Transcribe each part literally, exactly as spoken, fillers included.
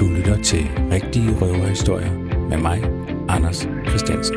Du lytter til Rigtige Røverhistorier med mig, Anders Christiansen.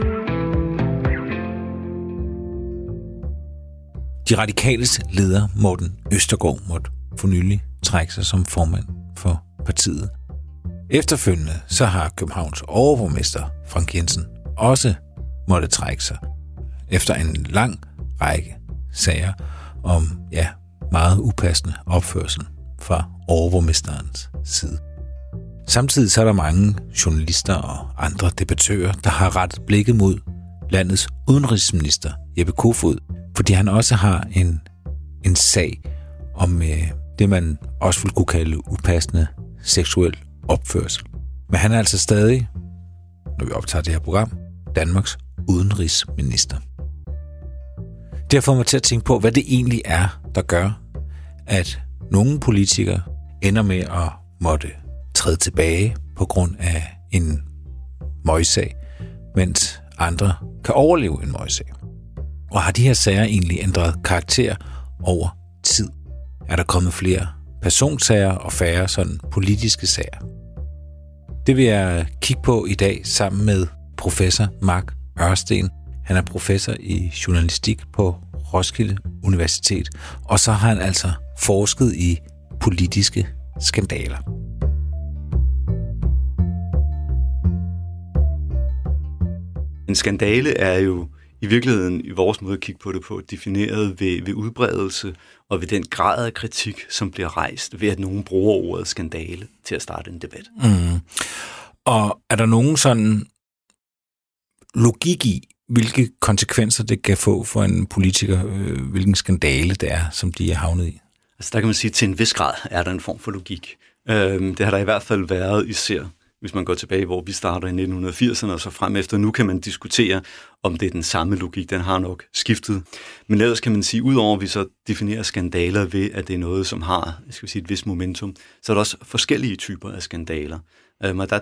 De Radikales leder, Morten Østergaard, måtte for nylig trække sig som formand for partiet. Efterfølgende så har Københavns overborgmester Frank Jensen også måtte trække sig efter en lang række sager om ja, meget upassende opførsel fra overborgmesterens side. Samtidig så er der mange journalister og andre debattører, der har rettet blikket mod landets udenrigsminister Jeppe Kofod, fordi han også har en, en sag om øh, det, man også ville kunne kalde upassende seksuel opførsel. Men han er altså stadig, når vi optager det her program, Danmarks udenrigsminister. Det har fået mig til at tænke på, hvad det egentlig er, der gør, at nogle politikere ender med at måtte træde tilbage på grund af en møgsag, mens andre kan overleve en møgsag. Og har de her sager egentlig ændret karakter over tid? Er der kommet flere personsager og færre sådan politiske sager? Det vil jeg kigge på i dag sammen med professor Mark Ørsten. Han er professor i journalistik på Roskilde Universitet, og så har han altså forsket i politiske skandaler. En skandale er jo i virkeligheden, i vores måde at kigge på det på, defineret ved, ved udbredelse og ved den grad af kritik, som bliver rejst ved, at nogen bruger ordet skandale til at starte en debat. Mm. Og er der nogen sådan logik i, hvilke konsekvenser det kan få for en politiker, øh, hvilken skandale det er, som de er havnet i? Altså der kan man sige, at til en vis grad er der en form for logik. Øhm, det har der i hvert fald været især, hvis man går tilbage, hvor vi starter i nitten firserne og så frem efter. Nu kan man diskutere, om det er den samme logik. Den har nok skiftet. Men ellers kan man sige, udover at vi så definerer skandaler ved, at det er noget, som har jeg skal sige, et vis momentum, så er der også forskellige typer af skandaler. Øhm, og der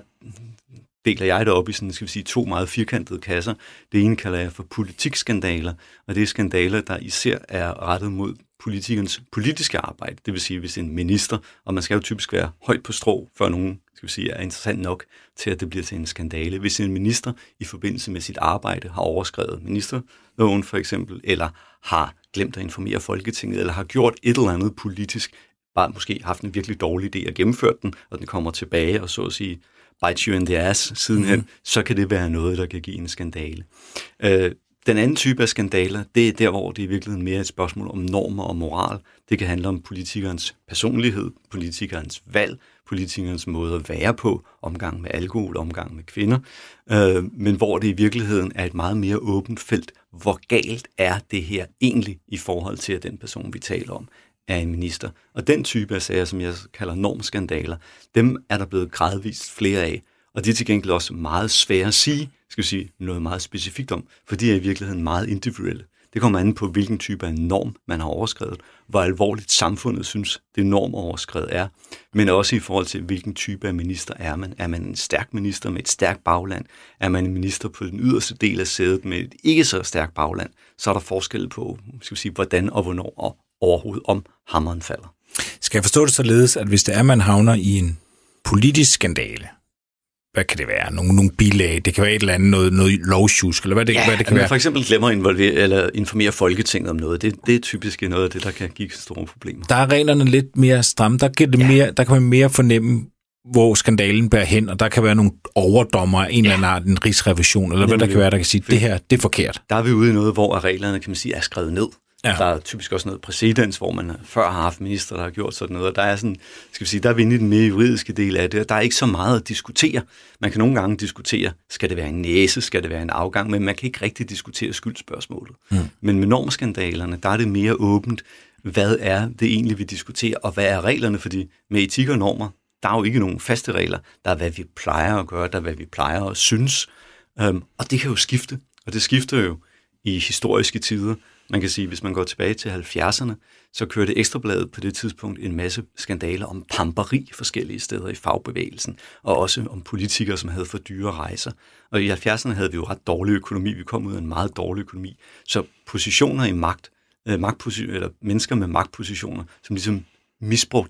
deler jeg det op i sådan, skal vi sige, to meget firkantede kasser. Det ene kalder jeg for politikskandaler, og det er skandaler, der især er rettet mod politikernes politiske arbejde. Det vil sige, hvis en minister, og man skal jo typisk være højt på strå, før nogen skal vi sige, er interessant nok til, at det bliver til en skandale. Hvis en minister i forbindelse med sit arbejde har overskrevet ministerloven for eksempel, eller har glemt at informere Folketinget, eller har gjort et eller andet politisk, bare måske haft en virkelig dårlig idé og gennemført den, og den kommer tilbage og så at sige bite you in the ass sidenhen, mm. så kan det være noget, der kan give en skandale. Øh, den anden type af skandaler, det er der, hvor det i virkeligheden mere er et spørgsmål om normer og moral. Det kan handle om politikernes personlighed, politikernes valg, politikernes måde at være på, omgang med alkohol, omgang med kvinder, øh, men hvor det i virkeligheden er et meget mere åbent felt. Hvor galt er det her egentlig i forhold til at den person, vi taler om, er en minister? Og den type af sager, som jeg kalder normskandaler, dem er der blevet gradvist flere af, og de er til gengæld også meget svære at sige, skal vi sige noget meget specifikt om, for de er i virkeligheden meget individuelle. Det kommer an på, hvilken type af norm man har overskredet, hvor alvorligt samfundet synes, det normoverskred er, men også i forhold til, hvilken type af minister er man. Er man en stærk minister med et stærkt bagland? Er man en minister på den yderste del af sædet med et ikke så stærkt bagland? Så er der forskel på, skal vi sige, hvordan og hvornår og overhovedet om hammeren falder. Skal jeg forstå det således, at hvis det er, man havner i en politisk skandale, hvad kan det være? Nogle, nogle bilag, det kan være et eller andet, noget, noget lovsjusk, eller hvad det, ja, hvad det kan være? For eksempel glemmer at involvere, eller informere Folketinget om noget. Det, det er typisk noget af det, der kan give store problemer. Der er reglerne lidt mere stramme. Der kan, det ja. mere, der kan man mere fornemme, hvor skandalen bærer hen, og der kan være nogle overdommer, en ja. eller anden art, en rigsrevision, eller hvad der kan være, der kan sige, det her, det er forkert. Der er vi ude i noget, hvor reglerne, kan man sige, er skrevet ned. Ja. Der er typisk også noget præcedens, hvor man før har haft minister, der har gjort sådan noget. Og der er sådan, skal vi sige, der er vi inde i den mere juridiske del af det, og der er ikke så meget at diskutere. Man kan nogle gange diskutere, skal det være en næse, skal det være en afgang, men man kan ikke rigtig diskutere skyldspørgsmålet. Mm. Men med normskandalerne, der er det mere åbent, hvad er det egentlig, vi diskuterer, og hvad er reglerne? Fordi med etik og normer, der er jo ikke nogen faste regler. Der er, hvad vi plejer at gøre, der er, hvad vi plejer at synes. Um, og det kan jo skifte, og det skifter jo i historiske tider. Man kan sige, hvis man går tilbage til halvfjerdserne, så kørte Ekstrabladet på det tidspunkt en masse skandaler om pamperi forskellige steder i fagbevægelsen, og også om politikere, som havde for dyre rejser. Og i halvfjerdserne havde vi jo ret dårlig økonomi. Vi kom ud af en meget dårlig økonomi. Så positioner i magt, øh, magtposition, eller mennesker med magtpositioner, som ligesom misbrugte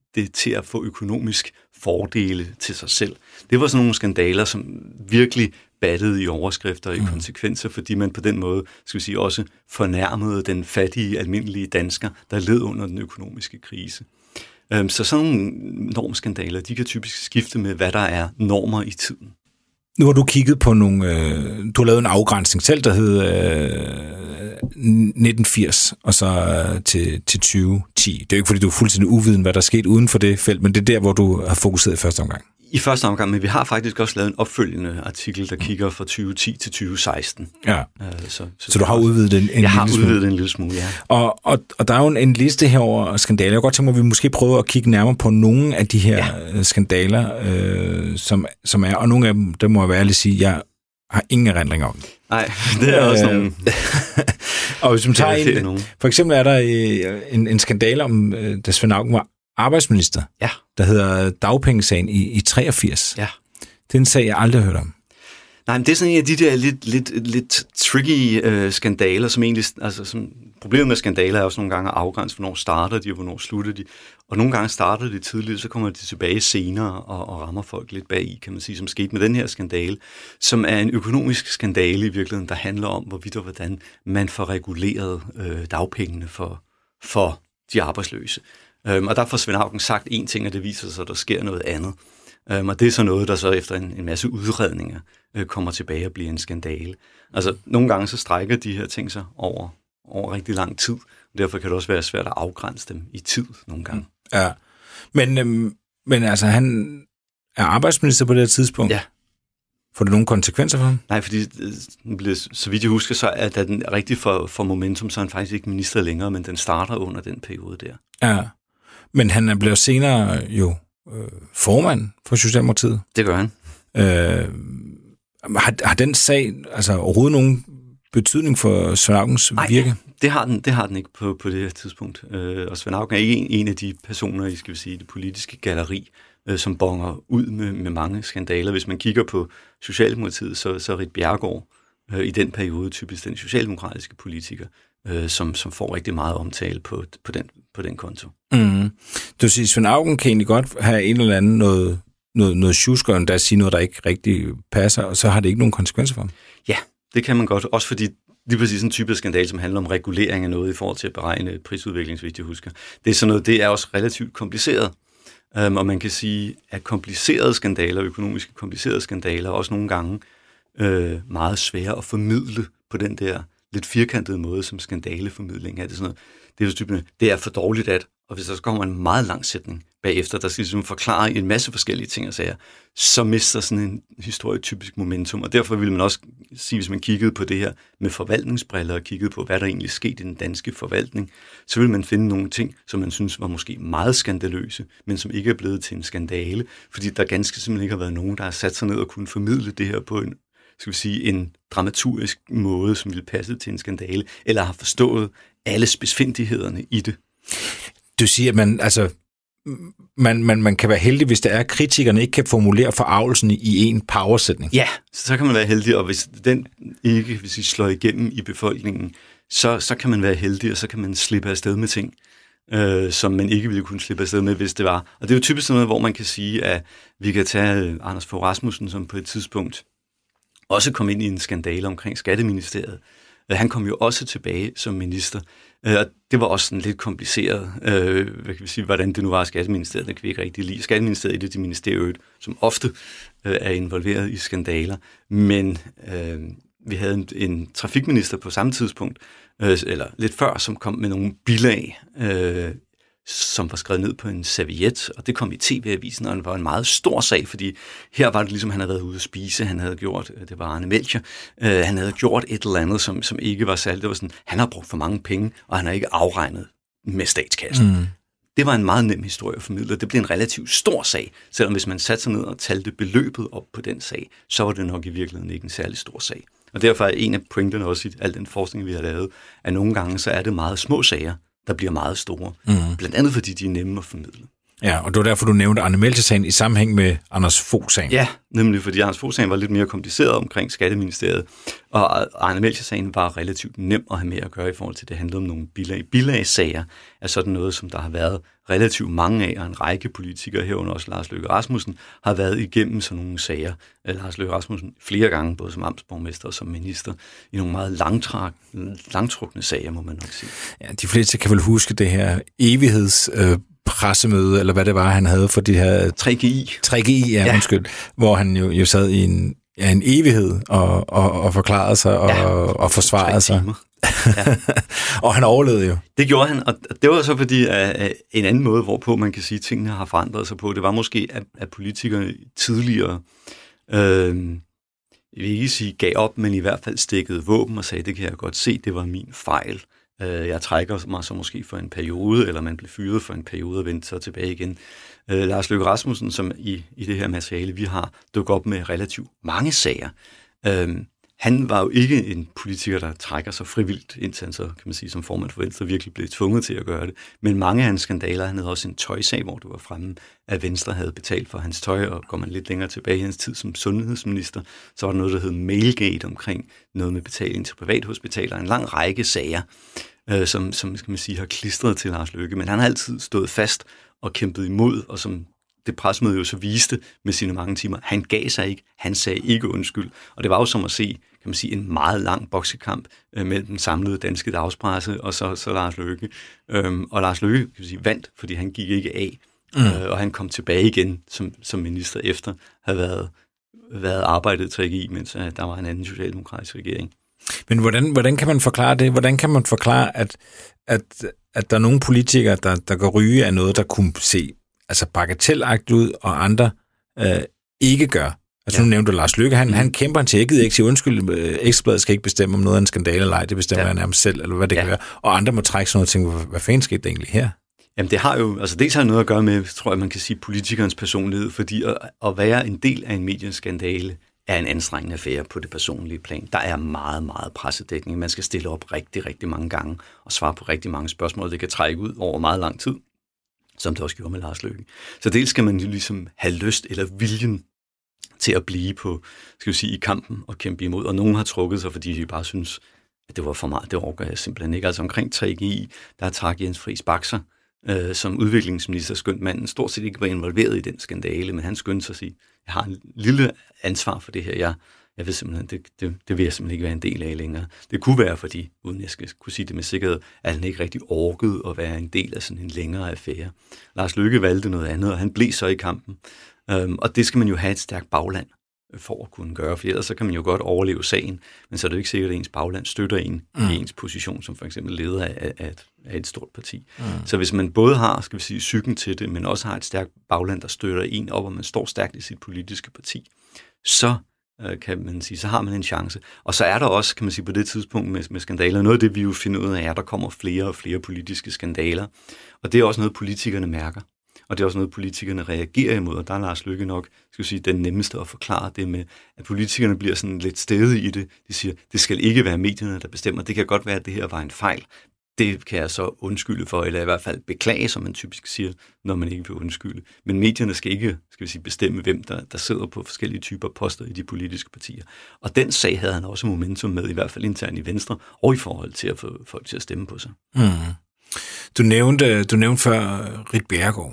det til at få økonomisk fordele til sig selv. Det var sådan nogle skandaler, som virkelig battede i overskrifter og i konsekvenser, fordi man på den måde, skal vi sige, også fornærmede den fattige, almindelige dansker, der led under den økonomiske krise. Så sådan nogle normskandaler, de kan typisk skifte med, hvad der er normer i tiden. Nu har du kigget på nogle, øh, du har lavet en afgrænsning selv, der hed øh, nitten firs, og så øh, til, til tyve ti. Det er jo ikke, fordi du er fuldstændig uviden, hvad der er sket uden for det felt, men det er der, hvor du har fokuseret i første omgang. I første omgang, men vi har faktisk også lavet en opfølgende artikel, der kigger fra tyve ti til tyve seksten. Ja, uh, så, så, så du har udvidet en, en Jeg har lille smule. udvidet en lille smule, ja. Og, og, og der er jo en, en liste her over skandaler. Jeg kan godt tænke mig, at vi måske prøver at kigge nærmere på nogle af de her ja. skandaler, øh, som, som er, og nogle af dem, der må jeg være ærlig sige, jeg har ingen erindring om. Nej, det er også nogle... Og hvis man tager en, for eksempel er der en, en skandale om, da Svend Auken var arbejdsminister, ja. der hedder dagpengesagen i, i treogfirs. Ja. Det er en sag, jeg aldrig har hørt om. Nej, men det er sådan en af de der lidt, lidt, lidt tricky øh, skandaler, som egentlig... Altså, som, problemet med skandaler er også nogle gange at afgrænse, hvornår starter de, og hvornår slutter de. Og nogle gange starter de tidligt, så kommer de tilbage senere og, og rammer folk lidt bag i, kan man sige, som skete med den her skandale, som er en økonomisk skandale i virkeligheden, der handler om, hvorvidt og hvordan man får reguleret øh, dagpengene for, for de arbejdsløse. Øhm, og der får Svend Auken sagt én ting, og det viser sig, at der sker noget andet. Øhm, og det er så noget, der så efter en, en masse udredninger øh, kommer tilbage og bliver en skandale. Altså, nogle gange så strækker de her ting sig over, over rigtig lang tid, og derfor kan det også være svært at afgrænse dem i tid nogle gange. Ja, men, øhm, men altså, han er arbejdsminister på det her tidspunkt? Ja. Får det nogle konsekvenser for ham? Nej, fordi så vidt jeg husker, så er det den rigtig for, for Momentum, så er han faktisk ikke minister længere, men den starter under den periode der. Ja, men han er blevet senere jo øh, formand for Socialdemokratiet. Det gør han. Øh, har, har den sag altså overhovedet nogen betydning for Svend Aukens virke? Nej, det har den, det har den ikke på, på det her tidspunkt. Øh, og Svend Auken er ikke en, en af de personer i, skal vi sige, det politiske galleri, øh, som bonger ud med, med mange skandaler. Hvis man kigger på Socialdemokratiet, så, så er Ritt Bjerregaard øh, i den periode typisk den socialdemokratiske politiker, øh, som, som får rigtig meget omtale på, på, den, på den konto. Mm. Du siger, Svend Auken kan egentlig godt have en eller anden noget, noget, noget tjuskeren, der siger noget, der ikke rigtig passer, og så har det ikke nogen konsekvenser for ham? Ja, det kan man godt. Også fordi lige præcis en type skandal, som handler om regulering af noget i forhold til at beregne prisudvikling, hvis jeg husker. Det er sådan noget, det er også relativt kompliceret. Um, og man kan sige, at komplicerede skandaler, økonomiske komplicerede skandaler, er også nogle gange øh, meget svære at formidle på den der lidt firkantede måde, som skandaleformidling er. Det, sådan noget, det, er typen, det er for dårligt at, og hvis der så kommer en meget lang sætning bagefter, der skal ligesom forklare en masse forskellige ting og sager, så mister sådan en historie typisk momentum. Og derfor vil man også sige, hvis man kiggede på det her med forvaltningsbriller og kiggede på, hvad der egentlig skete i den danske forvaltning, så vil man finde nogle ting, som man synes var måske meget skandaløse, men som ikke er blevet til en skandale, fordi der ganske simpelthen ikke har været nogen, der har sat sig ned og kunne formidle det her på en, skal vi sige, en dramaturgisk måde, som ville passe til en skandale, eller har forstået alle spidsfindighederne i det. Du siger, at man, altså, man, man, man kan være heldig, hvis det er, at kritikerne ikke kan formulere forargelsen i en powersætning. Ja, så kan man være heldig, og hvis den ikke hvis I slår igennem i befolkningen, så, så kan man være heldig, og så kan man slippe afsted med ting, øh, som man ikke ville kunne slippe afsted med, hvis det var. Og det er jo typisk sådan noget, hvor man kan sige, at vi kan tage Anders Fogh Rasmussen, som på et tidspunkt også kom ind i en skandale omkring Skatteministeriet. Han kom jo også tilbage som minister, og det var også sådan lidt kompliceret, øh, hvad kan vi sige, hvordan det nu var i Skatteministeriet, det kan vi ikke rigtig lide. Skatteministeriet er det de ministerier, som ofte øh, er involveret i skandaler, men øh, vi havde en, en trafikminister på samme tidspunkt, øh, eller lidt før, som kom med nogle bilag, øh, som var skrevet ned på en serviet, og det kom i T V-avisen, og det var en meget stor sag, fordi her var det ligesom, han havde været ude at spise, han havde gjort, det var Arne Melchior, øh, han havde gjort et eller andet, som, som ikke var særligt. Det var sådan, han har brugt for mange penge, og han har ikke afregnet med statskassen. Mm. Det var en meget nem historie at formidle, det blev en relativt stor sag, selvom hvis man satte sig ned og talte beløbet op på den sag, så var det nok i virkeligheden ikke en særlig stor sag. Og derfor er en af pointerne også i al den forskning, vi har lavet, at nogle gange så er det meget små sager, der bliver meget store. Mm. Blandt andet fordi de er nemme at formidle. Ja, og det var derfor, du nævnte Arne Melchior-sagen i sammenhæng med Anders Fogh-sagen. Ja, nemlig fordi Anders Fogh-sagen var lidt mere kompliceret omkring Skatteministeriet, og Arne Melchior-sagen var relativt nem at have med at gøre i forhold til, det handlede om nogle bilag. Bilagssager er sådan noget, som der har været relativt mange af, og en række politikere herunder også Lars Løkke Rasmussen, har været igennem sådan nogle sager. Lars Løkke Rasmussen flere gange, både som amtsborgmester og som minister, i nogle meget langtrak, langtrukne sager, må man nok sige. Ja, de fleste kan vel huske det her evigheds... Øh pressemøde, eller hvad det var, han havde for de her... tre G I. tre G I, ja, ja. Undskyld. Hvor han jo, jo sad i en, ja, en evighed og, og, og forklarede sig og, ja, og forsvarede sig. Ja. Og han overlevede jo. Det gjorde han, og det var så fordi at en anden måde, hvorpå man kan sige, at tingene har forandret sig på. Det var måske, at, at politikerne tidligere, øh, jeg vil ikke sige gav op, men i hvert fald stikkede våben og sagde, det kan jeg godt se, det var min fejl. Jeg trækker mig så måske for en periode, eller man blev fyret for en periode og vendte så tilbage igen. Øh, Lars Løkke Rasmussen, som i, i det her materiale, vi har dukket op med relativt mange sager. Øh, han var jo ikke en politiker, der trækker sig frivilligt, indtil han så, kan man sige, som formand for Venstre virkelig blev tvunget til at gøre det. Men mange af hans skandaler, han havde også en tøjsag, hvor det var fremme, at Venstre havde betalt for hans tøj, og går man lidt længere tilbage i hans tid som sundhedsminister, så var der noget, der hed Mailgate omkring noget med betaling til privathospitaler, en lang række sager, øh, som, som skal man sige, har klistret til Lars Løkke. Men han har altid stået fast og kæmpet imod, og som det pressemøde jo så viste med sine mange timer, han gav sig ikke, han sagde ikke undskyld. Og det var jo som at se, kan man sige, en meget lang boksekamp øh, mellem den samlede danske dagspresse og så, så Lars Løkke. Øhm, og Lars Løkke, kan man sige, vandt, fordi han gik ikke af, mm. øh, og han kom tilbage igen som, som minister efter at have været, været arbejdet til i, mens øh, der var en anden socialdemokratisk regering. Men hvordan, hvordan kan man forklare det? Hvordan kan man forklare, at, at, at der er nogle politikere, der, der går ryge af noget, der kunne se altså bagatelagtigt ud, og andre øh, ikke gør? Altså ja. Nu nævnte du Lars Løkke, han, mm. han kæmper til, jeg gider ikke sige undskyld, Ekstrabladet skal ikke bestemme, om noget er en skandale eller ej, det bestemmer ja. jeg nærmest selv, eller hvad det ja. kan være. Og andre må trække sådan noget og tænke, hvad, hvad fanden skete det egentlig her? Jamen det har jo, altså det har noget at gøre med, tror jeg, man kan sige, politikernes personlighed, fordi at, at være en del af en medieskandale er en anstrengende affære på det personlige plan. Der er meget, meget pressedækning. Man skal stille op rigtig, rigtig mange gange og svare på rigtig mange spørgsmål. Det kan trække ud over meget lang tid, som det også gjorde med Lars Løkke. Så dels skal man jo ligesom have lyst eller viljen til at blive på, skal vi sige, i kampen og kæmpe imod. Og nogen har trukket sig, fordi de bare synes, at det var for meget. Det overgår jeg simpelthen ikke. Altså omkring tre G I, der trak Jens Friis Bakser øh, som udviklingsminister, skønt manden stort set ikke var involveret i den skandale, men han skyndte sig at sige, jeg har en lille ansvar for det her. Jeg, jeg ved simpelthen, det, det, det vil jeg simpelthen ikke være en del af længere. Det kunne være, fordi, uden jeg skal kunne sige det med sikkerhed, at han ikke rigtig orkede at være en del af sådan en længere affære. Lars Løkke valgte noget andet, og han blev så i kampen. Um, og det skal man jo have et stærkt bagland for at kunne gøre, for ellers så kan man jo godt overleve sagen, men så er det jo ikke sikkert, at ens bagland støtter en mm. i ens position, som for eksempel leder af, af, et, af et stort parti. Mm. Så hvis man både har, skal vi sige, psyken til det, men også har et stærkt bagland, der støtter en op, og man står stærkt i sit politiske parti, så øh, kan man sige, så har man en chance. Og så er der også, kan man sige, på det tidspunkt med, med skandaler, noget af det, vi jo finder ud af, er, at der kommer flere og flere politiske skandaler, og det er også noget, politikerne mærker. Og det er også noget, politikerne reagerer imod, og der er Lars Løkke nok, skal jeg sige, den nemmeste at forklare det med, at politikerne bliver sådan lidt stædige i det. De siger, det skal ikke være medierne, der bestemmer. Det kan godt være, at det her var en fejl. Det kan jeg så undskylde for, eller i hvert fald beklage, som man typisk siger, når man ikke vil undskylde. Men medierne skal ikke, skal vi sige, bestemme, hvem der, der sidder på forskellige typer poster i de politiske partier. Og den sag havde han også momentum med, i hvert fald internt i Venstre, og i forhold til at få folk til at stemme på sig. Mm. Du nævnte, du nævnte før Ritt Bjerregaard.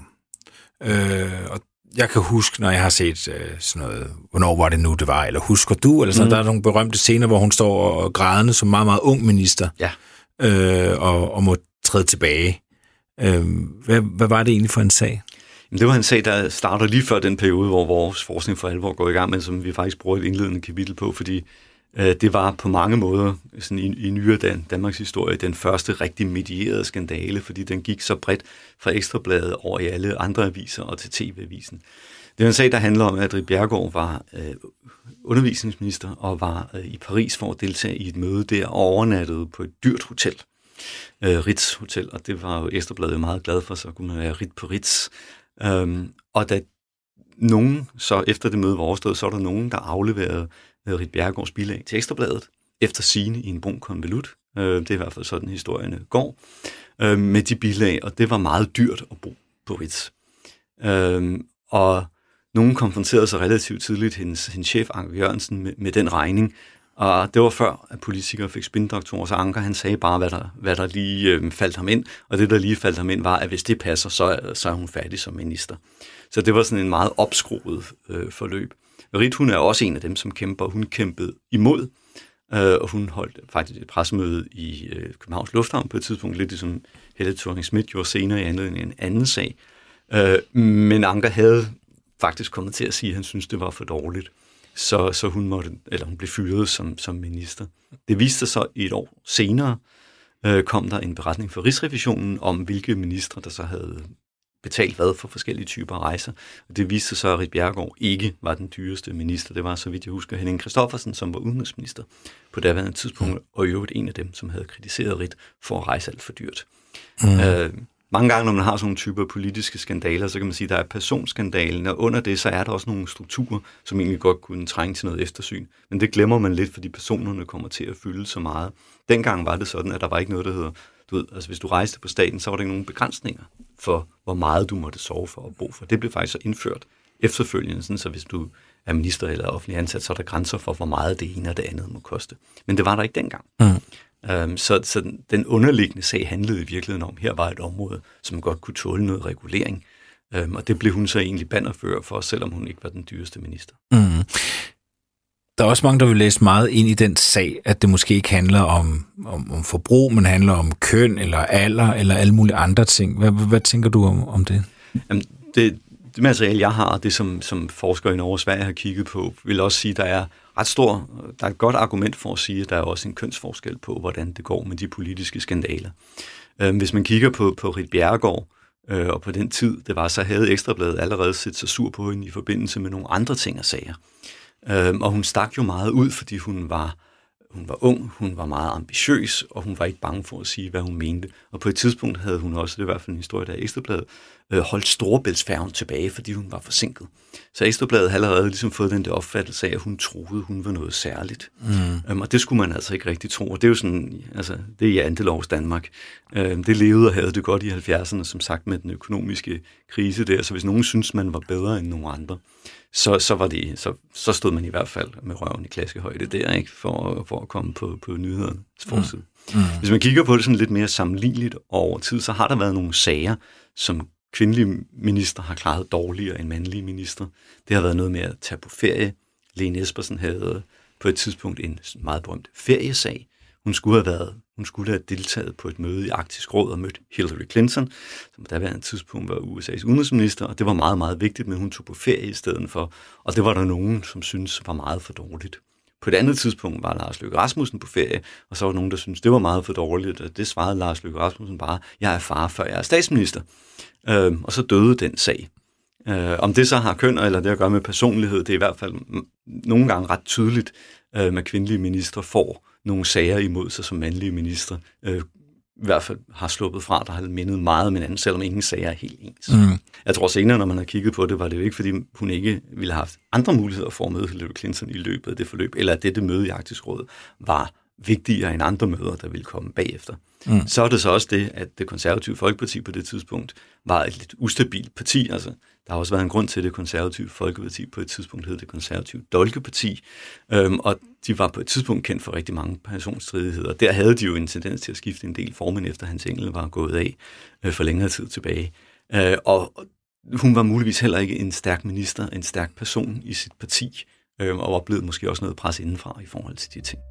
Øh, og jeg kan huske, når jeg har set øh, sådan noget, hvornår var det nu, det var, eller husker du, eller sådan mm. der er nogle berømte scener, hvor hun står og grædende som meget, meget ung minister, ja. øh, og, og må træde tilbage. Øh, hvad, hvad var det egentlig for en sag? Jamen, det var en sag, der starter lige før den periode, hvor vores forskning for alvor går i gang, men som vi faktisk bruger et indledende kapitel på, fordi øh, det var på mange måder sådan i, i nyere Dan, Danmarks historie den første rigtig medierede skandale, fordi den gik så bredt fra Ekstrabladet over i alle andre aviser og til T V-avisen. Det er en sag, der handler om, at Ritt Bjerregaard var øh, undervisningsminister og var øh, i Paris for at deltage i et møde der og overnattede på et dyrt hotel, øh, Ritz Hotel, og det var jo Ekstrabladet meget glad for, så kunne man være Ritt på Ritz. Øhm, og da nogen, så efter det møde var overstået, så var der nogen, der afleverede Ritt Bjerregaards bilag til Ekstrabladet, efter sigende i en brun konvolut. Det er i hvert fald sådan, historierne går, med de bilag, og det var meget dyrt at bo på Ritz. Og nogen konfronterede sig relativt tidligt hendes, hendes chef, Anker Jørgensen, med, med den regning, Og det var før, at politikere fik spindoktorer, så Anker han sagde bare, hvad der, hvad der lige øh, faldt ham ind, og det, der lige faldt ham ind, var, at hvis det passer, så, så er hun færdig som minister. Så det var sådan en meget opskruet øh, forløb. Rit, hun er også en af dem, som kæmper. Hun kæmpede imod, øh, og hun holdt faktisk et pressemøde i øh, Københavns Lufthavn på et tidspunkt, lidt ligesom Helle Thorning-Schmidt gjorde senere i anledning af en anden sag. Øh, men Anker havde faktisk kommet til at sige, at han syntes, det var for dårligt. Så, så hun, måtte, eller hun blev fyret som, som minister. Det viste sig så i et år senere, øh, kom der en beretning fra Rigsrevisionen om, hvilke ministre, der så havde betalt hvad for forskellige typer rejser. Og det viste sig så, at Ritt Bjerregaard ikke var den dyreste minister. Det var, så vidt jeg husker, Henning Christoffersen, som var udenrigsminister på daværende tidspunkt, og i øvrigt en af dem, som havde kritiseret Ritt for at rejse alt for dyrt. Mm. Øh, mange gange, når man har sådan nogle typer politiske skandaler, så kan man sige, at der er personskandalen, og under det, så er der også nogle strukturer, som egentlig godt kunne trænge til noget eftersyn. Men det glemmer man lidt, fordi personerne kommer til at fylde så meget. Dengang var det sådan, at der var ikke noget, der hedder, du ved, altså hvis du rejste på staten, så var der ikke nogen begrænsninger for, hvor meget du måtte sove for at bo for. Det blev faktisk så indført efterfølgende, sådan, så hvis du er minister eller offentlig ansat, så er der grænser for, hvor meget det ene og det andet må koste. Men det var der ikke dengang. Mm. Um, så, så den underliggende sag handlede i virkeligheden om, her var et område, som godt kunne tåle noget regulering. Um, og det blev hun så egentlig bannerfører for, selvom hun ikke var den dyreste minister. Mm. Der er også mange, der vil læse meget ind i den sag, at det måske ikke handler om, om, om forbrug, men handler om køn eller alder eller alle mulige andre ting. Hvad, hvad tænker du om, om det? Jamen, det, det materiale, jeg har, og det som, som forskere i Norge og Sverige har kigget på, vil også sige, at der er ret stor, der er et godt argument for at sige, at der er også en kønsforskel på, hvordan det går med de politiske skandaler. Hvis man kigger på, på Ritt Bjerregaard, og på den tid, det var, så havde Ekstrabladet allerede set sig sur på hende i forbindelse med nogle andre ting og sager. Og hun stak jo meget ud, fordi hun var, hun var ung, hun var meget ambitiøs, og hun var ikke bange for at sige, hvad hun mente. Og på et tidspunkt havde hun også, det er i hvert fald en historie, der er Ekstrabladet, holdt Storebæltsfærgen tilbage, fordi hun var forsinket. Så Ekstrabladet havde allerede ligesom fået den der opfattelse af, at hun troede, hun var noget særligt. Mm. Um, og det skulle man altså ikke rigtig tro. Og det er jo sådan, altså, det er jantelovs Danmark. Um, det levede og havde det godt i halvfjerdserne, som sagt, med den økonomiske krise der. Så hvis nogen synes man var bedre end nogen andre, så, så, var det, så, så stod man i hvert fald med røven i klaskehøjde der, ikke? For, for at komme på, på nyhedernes forside. Mm. Mm. Hvis man kigger på det sådan lidt mere sammenligneligt over tid, så har der været nogle sager, som kvindelige minister har klaret dårligere end mandlige minister. Det har været noget med at tage på ferie. Lene Espersen havde på et tidspunkt en meget berømt feriesag. Hun skulle have været, hun skulle have deltaget på et møde i Arktisk Råd og mødt Hillary Clinton, som på daværende tidspunkt var U S A's udenrigsminister, og det var meget, meget vigtigt, men hun tog på ferie i stedet for, og det var der nogen, som syntes var meget for dårligt. På et andet tidspunkt var Lars Løkke Rasmussen på ferie, og så var der nogen, der syntes, det var meget for dårligt, og det svarede Lars Løkke Rasmussen bare, jeg er far, før jeg er statsminister. Øh, og så døde den sag. Øh, om det så har køn eller det at gøre med personlighed, det er i hvert fald nogle gange ret tydeligt, øh, at kvindelige ministre får nogle sager imod sig, som mandlige ministre øh, i hvert fald har sluppet fra, der har mindet meget om hinanden, selvom ingen sager er helt ens. Mm. Jeg tror senere, når man har kigget på det, var det jo ikke, fordi hun ikke ville have haft andre muligheder for at møde Hillary Clinton i løbet af det forløb, eller at dette møde i Arktisk Råd var vigtigere end andre møder, der ville komme bagefter. Mm. Så er det så også det, at det konservative Folkeparti på det tidspunkt var et lidt ustabilt parti. Altså, der har også været en grund til, at det konservative Folkeparti på et tidspunkt hed det konservative Dolkeparti, øhm, og de var på et tidspunkt kendt for rigtig mange personstridigheder. Der havde de jo en tendens til at skifte en del formand, efter Hans Engel var gået af øh, for længere tid tilbage. Øh, og hun var muligvis heller ikke en stærk minister, en stærk person i sit parti, øh, og oplevede måske også noget pres indenfra i forhold til de ting.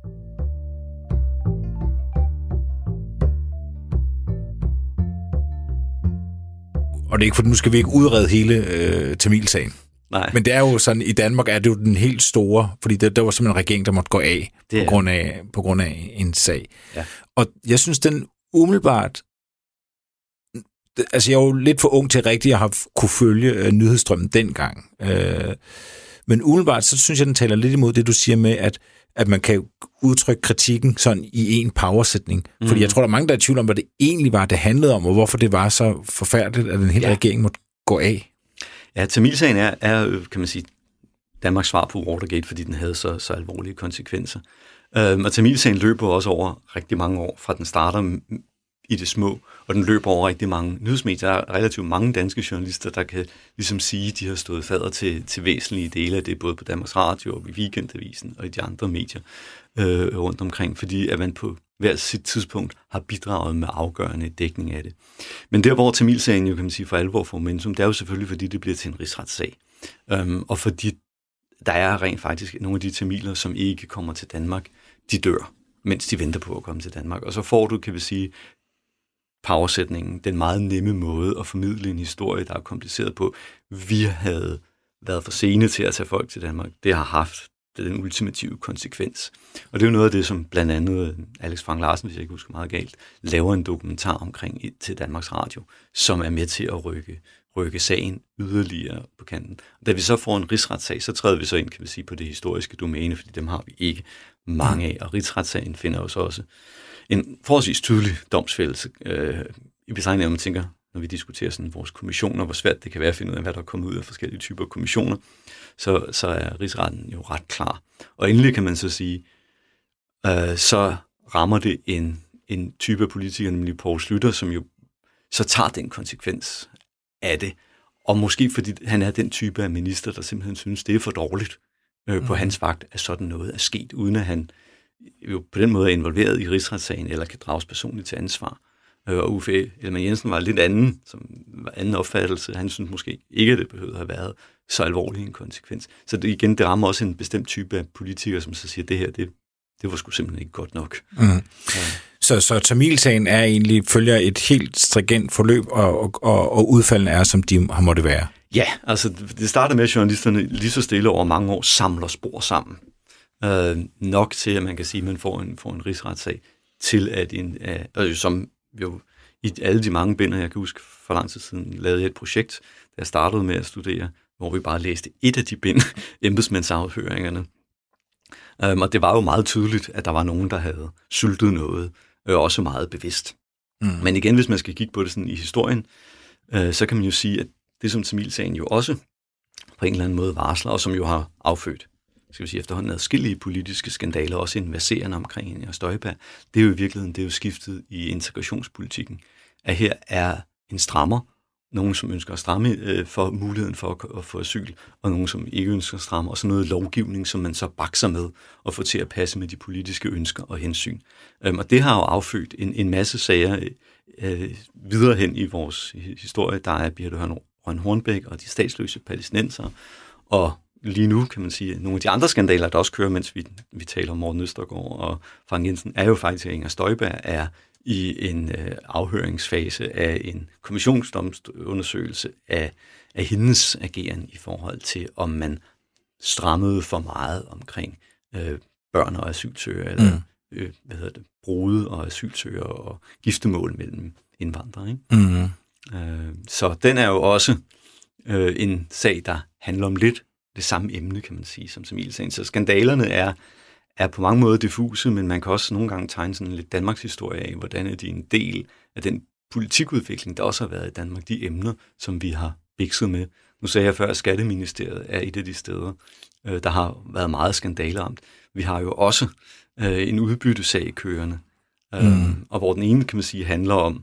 Og det er ikke, for nu skal vi ikke udrede hele øh, Tamilsagen. Nej. Men det er jo sådan, i Danmark er det jo den helt store, fordi der, der var simpelthen en regering, der måtte gå af på grund af, på grund af en sag. Ja. Og jeg synes, den umiddelbart, altså jeg er jo lidt for ung til rigtigt at have kunne følge øh, nyhedsstrømmen dengang. Øh, men umiddelbart, så synes jeg, den taler lidt imod det, du siger med, at at man kan udtrykke kritikken sådan i en powersætning. Mm. Fordi jeg tror, der er mange, der er i tvivl om, hvad det egentlig var, det handlede om, og hvorfor det var så forfærdeligt, at den hele ja. regering måtte gå af. Ja, Tamilsagen er, er, kan man sige, Danmarks svar på Watergate, fordi den havde så, så alvorlige konsekvenser. Øhm, og Tamilsagen løber også over rigtig mange år, fra den starter i det små, og den løber over rigtig mange nyhedsmedier. Der er relativt mange danske journalister, der kan ligesom sige, at de har stået fader til, til væsentlige dele af det, både på Danmarks Radio og i Weekendavisen og i de andre medier øh, rundt omkring, fordi at man på hver sit tidspunkt har bidraget med afgørende dækning af det. Men der, hvor Tamilsagen jo kan man sige for alvor får momentum, det er jo selvfølgelig, fordi det bliver til en rigsretssag. Øhm, og fordi der er rent faktisk nogle af de tamiler, som ikke kommer til Danmark, de dør, mens de venter på at komme til Danmark. Og så får du, kan vi sige, powersætningen, den meget nemme måde at formidle en historie, der er kompliceret på. Vi havde været for sene til at tage folk til Danmark. Det har haft den ultimative konsekvens. Og det er jo noget af det, som blandt andet Alex Frank Larsen, hvis jeg ikke husker meget galt, laver en dokumentar omkring til Danmarks Radio, som er med til at rykke, rykke sagen yderligere på kanten. Da vi så får en rigsretssag, så træder vi så ind, kan vi sige, på det historiske domæne, fordi dem har vi ikke mange af. Og rigsretssagen finder jo så også en forholdsvis tydelig domsfældelse øh, i betegning af, man tænker, når vi diskuterer sådan vores kommissioner, hvor svært det kan være at finde ud af, hvad der er kommet ud af forskellige typer kommissioner, så, så er rigsretten jo ret klar. Og endelig kan man så sige, øh, så rammer det en, en type af politikere, nemlig Poul Schlüter, som jo så tager den konsekvens af det. Og måske fordi han er den type af minister, der simpelthen synes, det er for dårligt øh, på mm. hans vagt, at sådan noget er sket, uden at han jo på den måde er involveret i rigsretssagen, eller kan drages personligt til ansvar. Og Uffe Ellemann-Jensen var lidt anden, som var anden opfattelse. Han synes måske ikke, at det behøvede at have været så alvorlig en konsekvens. Så det, igen, det rammer også en bestemt type af politikere, som så siger, at det her, det, det var sgu simpelthen ikke godt nok. Mm. Ja. Så, så Tamilsagen er egentlig, følger et helt stringent forløb, og, og, og, og udfaldene er, som de har måtte være. Ja, altså det starter med, at journalisterne lige så stille over mange år samler spor sammen. Øh, nok til, at man kan sige, at man får en, får en rigsretssag til, at en, øh, som jo i alle de mange binder, jeg kan huske for lang tid siden, lavede jeg et projekt, der jeg startede med at studere, hvor vi bare læste et af de bind, embedsmandsafhøringerne. Um, og det var jo meget tydeligt, at der var nogen, der havde syltet noget, øh, også meget bevidst. Mm. Men igen, hvis man skal kigge på det sådan i historien, øh, så kan man jo sige, at det som Tamilsagen jo også på en eller anden måde varsler, og som jo har affødt, skal vi sige, efterhånden adskillige politiske skandaler, også en verserende omkring Inger Støjberg, det er jo i virkeligheden, det er jo skiftet i integrationspolitikken, at her er en strammer, nogen som ønsker at stramme øh, for muligheden for at, at få asyl, og nogen som ikke ønsker at stramme, og så noget lovgivning, som man så bakser med og får til at passe med de politiske ønsker og hensyn. Øhm, og det har jo affødt en, en masse sager øh, videre hen i vores historie. Der er Birthe Rønn Hornbech og de statsløse palæstinensere, og lige nu, kan man sige, nogle af de andre skandaler, der også kører, mens vi, vi taler om Morten Østergaard og Frank Jensen, er jo faktisk, at Inger Støjberg er i en øh, afhøringsfase af en kommissionsdomsundersøgelse af, af hendes ageren i forhold til, om man strammede for meget omkring øh, børn og asylsøgere, eller mm. øh, hvad hedder det, brude og asylsøgere og giftemål mellem indvandrere. Ikke? Mm. Øh, så den er jo også øh, en sag, der handler om lidt det samme emne, kan man sige, som Tamilsagen. Så skandalerne er, er på mange måder diffuse, men man kan også nogle gange tegne sådan lidt Danmarks historie af, hvordan er de en del af den politikudvikling, der også har været i Danmark, de emner, som vi har bikset med. Nu sagde jeg før, at Skatteministeriet er et af de steder, øh, der har været meget skandaler om. Vi har jo også øh, en udbyttesag kørende, øh, mm. og hvor den ene, kan man sige, handler om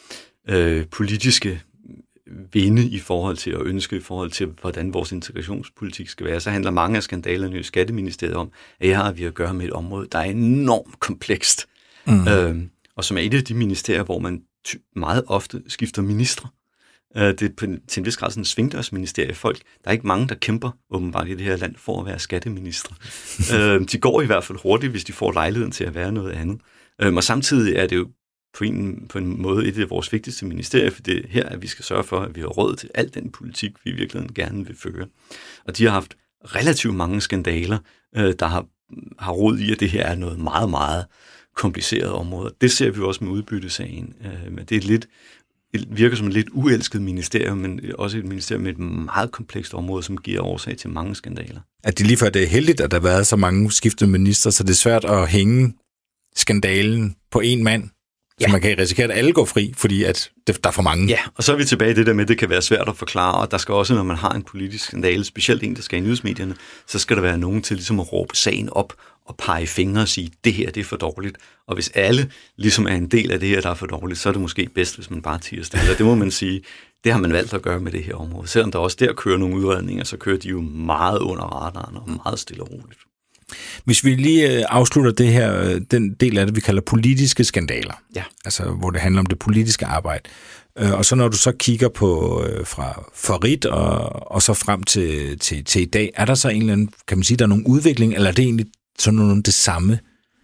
øh, politiske vinde i forhold til og ønske i forhold til, hvordan vores integrationspolitik skal være. Så handler mange af skandalerne i Skatteministeriet om, at her har vi at gøre med et område, der er enormt komplekst, mm. øhm, og som er et af de ministerier, hvor man ty- meget ofte skifter ministre. Øh, det er på, til en vis grad sådan en svingdørsministerie. Folk, der er ikke mange, der kæmper åbenbart i det her land for at være skatteministre. øh, de går i hvert fald hurtigt, hvis de får lejligheden til at være noget andet. Øh, og samtidig er det jo på en, på en måde et af vores vigtigste ministerier, for det er her, at vi skal sørge for, at vi har råd til al den politik, vi i virkeligheden gerne vil føre. Og de har haft relativt mange skandaler, øh, der har, har råd i, at det her er noget meget, meget kompliceret område. Det ser vi også med udbyttesagen. Øh, det er et lidt, et virker som et lidt uelsket ministerium, men også et ministerium med et meget komplekst område, som giver årsag til mange skandaler. At det lige før det er heldigt, at der har været så mange skiftende ministre, så det er svært at hænge skandalen på en mand. Så ja. Man kan risikere, at alle går fri, fordi at det, der er for mange. Ja, og så er vi tilbage i det der med, at det kan være svært at forklare, og der skal også, når man har en politisk skandale, specielt en, der skal i nyhedsmedierne, så skal der være nogen til ligesom at råbe sagen op at pege fingre og sige, det her det er for dårligt. Og hvis alle ligesom er en del af det her, der er for dårligt, så er det måske bedst, hvis man bare tiger stille. Og det må man sige, det har man valgt at gøre med det her område. Selvom der også der kører nogle udredninger, så kører de jo meget under radaren og meget stille og roligt. Hvis vi lige afslutter det her, den del af det, vi kalder politiske skandaler, ja. altså hvor det handler om det politiske arbejde, og så når du så kigger på fra Farid og, og så frem til, til, til i dag, er der så en eller anden, kan man sige, der er nogen udvikling, eller er det egentlig sådan noget det samme?